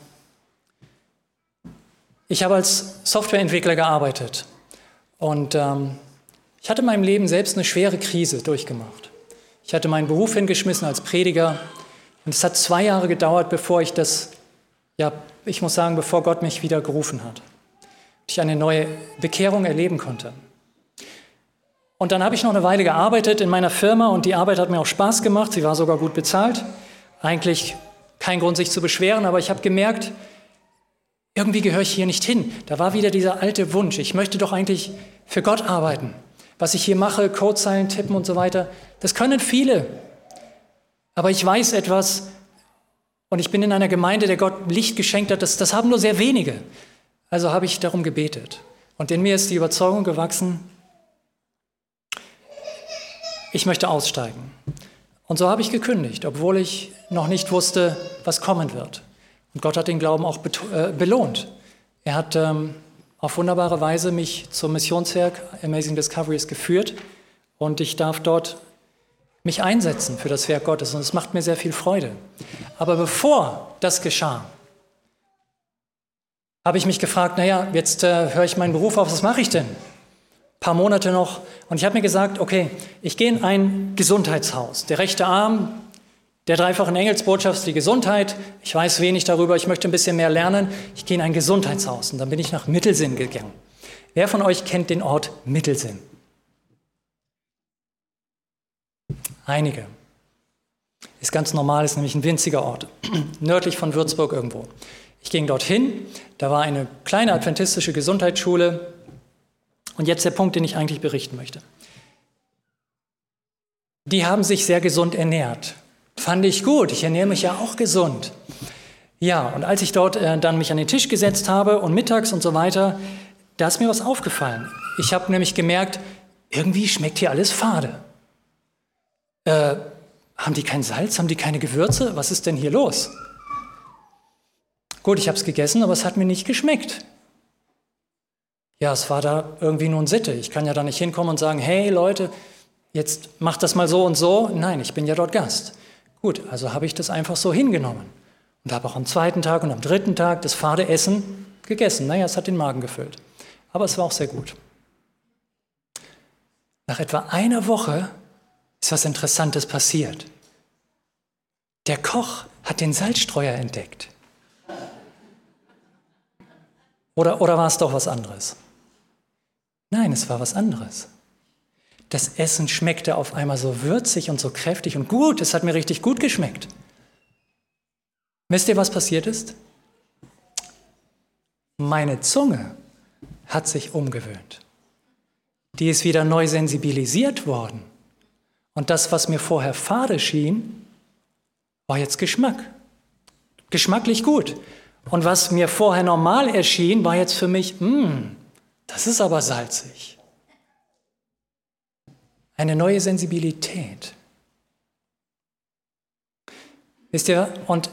ich habe als Softwareentwickler gearbeitet und ähm, ich hatte in meinem Leben selbst eine schwere Krise durchgemacht. Ich hatte meinen Beruf hingeschmissen als Prediger und es hat zwei Jahre gedauert, bevor ich das, ja, ich muss sagen, bevor Gott mich wieder gerufen hat. Ich eine neue Bekehrung erleben konnte. Und dann habe ich noch eine Weile gearbeitet in meiner Firma und die Arbeit hat mir auch Spaß gemacht, sie war sogar gut bezahlt. Eigentlich kein Grund, sich zu beschweren, aber ich habe gemerkt, irgendwie gehöre ich hier nicht hin. Da war wieder dieser alte Wunsch, ich möchte doch eigentlich für Gott arbeiten. Was ich hier mache, Codezeilen tippen und so weiter, das können viele. Aber ich weiß etwas und ich bin in einer Gemeinde, der Gott Licht geschenkt hat, das, das haben nur sehr wenige. Also habe ich darum gebetet. Und in mir ist die Überzeugung gewachsen, ich möchte aussteigen. Und so habe ich gekündigt, obwohl ich noch nicht wusste, was kommen wird. Und Gott hat den Glauben auch belohnt. Er hat ähm, auf wunderbare Weise mich zum Missionswerk Amazing Discoveries geführt und ich darf dort mich einsetzen für das Werk Gottes und es macht mir sehr viel Freude. Aber bevor das geschah, habe ich mich gefragt, naja, jetzt äh, höre ich meinen Beruf auf, was mache ich denn? Ein paar Monate noch und ich habe mir gesagt, okay, ich gehe in ein Gesundheitshaus. Der rechte Arm der dreifachen Engelsbotschaft ist die Gesundheit. Ich weiß wenig darüber, ich möchte ein bisschen mehr lernen. Ich gehe in ein Gesundheitshaus und dann bin ich nach Mittelsinn gegangen. Wer von euch kennt den Ort Mittelsinn? Einige. Ist ganz normal, ist nämlich ein winziger Ort, nördlich von Würzburg irgendwo. Ich ging dorthin, da war eine kleine adventistische Gesundheitsschule und jetzt der Punkt, den ich eigentlich berichten möchte. Die haben sich sehr gesund ernährt. Fand ich gut, ich ernähre mich ja auch gesund. Ja, und als ich dort äh, dann mich an den Tisch gesetzt habe und mittags und so weiter, da ist mir was aufgefallen. Ich habe nämlich gemerkt, irgendwie schmeckt hier alles fade. Äh, haben die kein Salz, haben die keine Gewürze? Was ist denn hier los? Gut, ich habe es gegessen, aber es hat mir nicht geschmeckt. Ja, es war da irgendwie nun Sitte. Ich kann ja da nicht hinkommen und sagen, hey Leute, jetzt macht das mal so und so. Nein, ich bin ja dort Gast. Gut, also habe ich das einfach so hingenommen und habe auch am zweiten Tag und am dritten Tag das fade Essen gegessen. Naja, es hat den Magen gefüllt, aber es war auch sehr gut. Nach etwa einer Woche ist was Interessantes passiert. Der Koch hat den Salzstreuer entdeckt. Oder, oder war es doch was anderes? Nein, es war was anderes. Das Essen schmeckte auf einmal so würzig und so kräftig und gut. Es hat mir richtig gut geschmeckt. Wisst ihr, was passiert ist? Meine Zunge hat sich umgewöhnt. Die ist wieder neu sensibilisiert worden. Und das, was mir vorher fade schien, war jetzt Geschmack. Geschmacklich gut. Und was mir vorher normal erschien, war jetzt für mich, mh, das ist aber salzig. Eine neue Sensibilität. Wisst ihr, und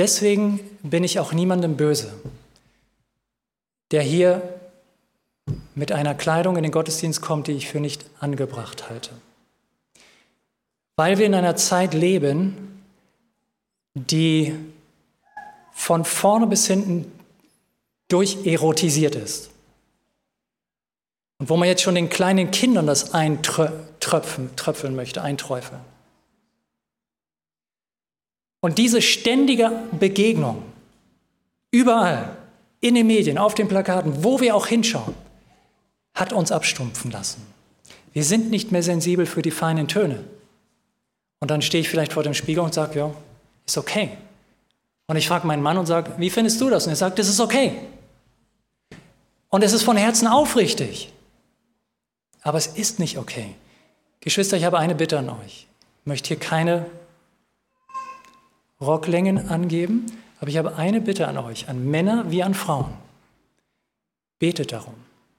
deswegen bin ich auch niemandem böse, der hier mit einer Kleidung in den Gottesdienst kommt, die ich für nicht angebracht halte. Weil wir in einer Zeit leben, die von vorne bis hinten durcherotisiert ist. Und wo man jetzt schon den kleinen Kindern das eintröpfeln tröpfeln möchte, einträufeln. Und diese ständige Begegnung, überall, in den Medien, auf den Plakaten, wo wir auch hinschauen, hat uns abstumpfen lassen. Wir sind nicht mehr sensibel für die feinen Töne. Und dann stehe ich vielleicht vor dem Spiegel und sage, ja, ist okay. Und ich frage meinen Mann und sage, wie findest du das? Und er sagt, das ist okay. Und es ist von Herzen aufrichtig. Aber es ist nicht okay. Geschwister, ich habe eine Bitte an euch. Ich möchte hier keine Rocklängen angeben, aber ich habe eine Bitte an euch, an Männer wie an Frauen. Betet darum.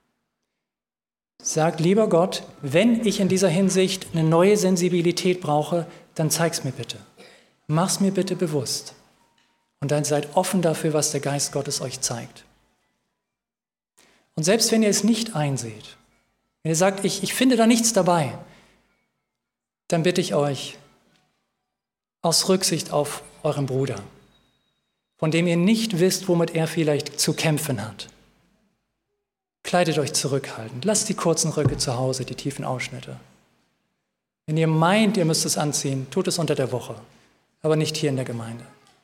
Sagt, lieber Gott, wenn ich in dieser Hinsicht eine neue Sensibilität brauche, dann zeig's mir bitte. Mach's mir bitte bewusst. Und dann seid offen dafür, was der Geist Gottes euch zeigt. Und selbst wenn ihr es nicht einseht, wenn ihr sagt, ich, ich finde da nichts dabei, dann bitte ich euch, aus Rücksicht auf euren Bruder, von dem ihr nicht wisst, womit er vielleicht zu kämpfen hat, kleidet euch zurückhaltend. Lasst die kurzen Röcke zu Hause, die tiefen Ausschnitte. Wenn ihr meint, ihr müsst es anziehen, tut es unter der Woche, aber nicht hier in der Gemeinde.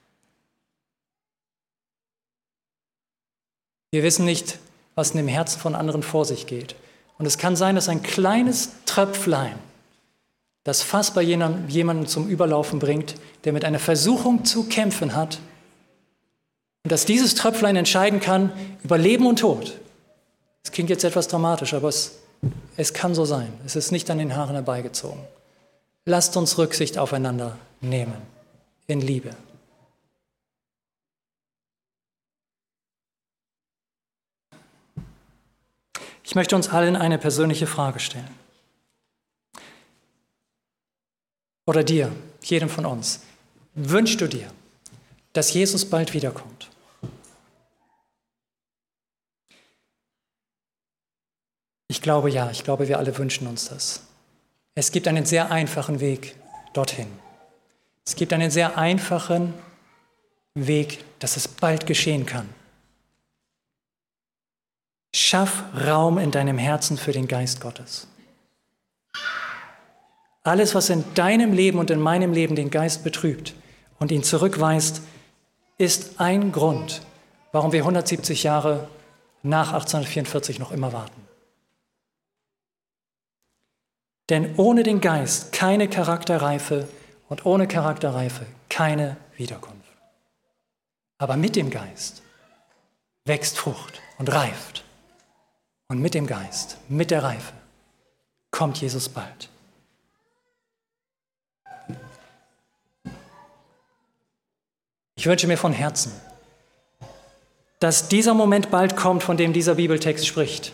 Wir wissen nicht, was in dem Herzen von anderen vor sich geht. Und es kann sein, dass ein kleines Tröpflein das Fass bei jemandem zum Überlaufen bringt, der mit einer Versuchung zu kämpfen hat. Und dass dieses Tröpflein entscheiden kann über Leben und Tod. Es klingt jetzt etwas dramatisch, aber es, es kann so sein. Es ist nicht an den Haaren herbeigezogen. Lasst uns Rücksicht aufeinander nehmen, in Liebe. Ich möchte uns allen eine persönliche Frage stellen. Oder dir, jedem von uns. Wünschst du dir, dass Jesus bald wiederkommt? Ich glaube ja, ich glaube, wir alle wünschen uns das. Es gibt einen sehr einfachen Weg dorthin. Es gibt einen sehr einfachen Weg, dass es bald geschehen kann. Schaff Raum in deinem Herzen für den Geist Gottes. Alles, was in deinem Leben und in meinem Leben den Geist betrübt und ihn zurückweist, ist ein Grund, warum wir hundertsiebzig Jahre nach achtzehnhundertvierundvierzig noch immer warten. Denn ohne den Geist keine Charakterreife und ohne Charakterreife keine Wiederkunft. Aber mit dem Geist wächst Frucht und reift. Und mit dem Geist, mit der Reife, kommt Jesus bald. Ich wünsche mir von Herzen, dass dieser Moment bald kommt, von dem dieser Bibeltext spricht.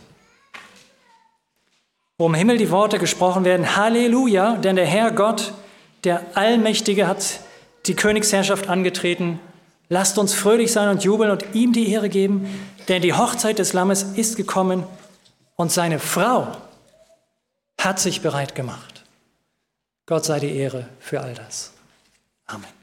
Wo im Himmel die Worte gesprochen werden, Halleluja, denn der Herr Gott, der Allmächtige, hat die Königsherrschaft angetreten. Lasst uns fröhlich sein und jubeln und ihm die Ehre geben, denn die Hochzeit des Lammes ist gekommen und seine Frau hat sich bereit gemacht. Gott sei die Ehre für all das. Amen.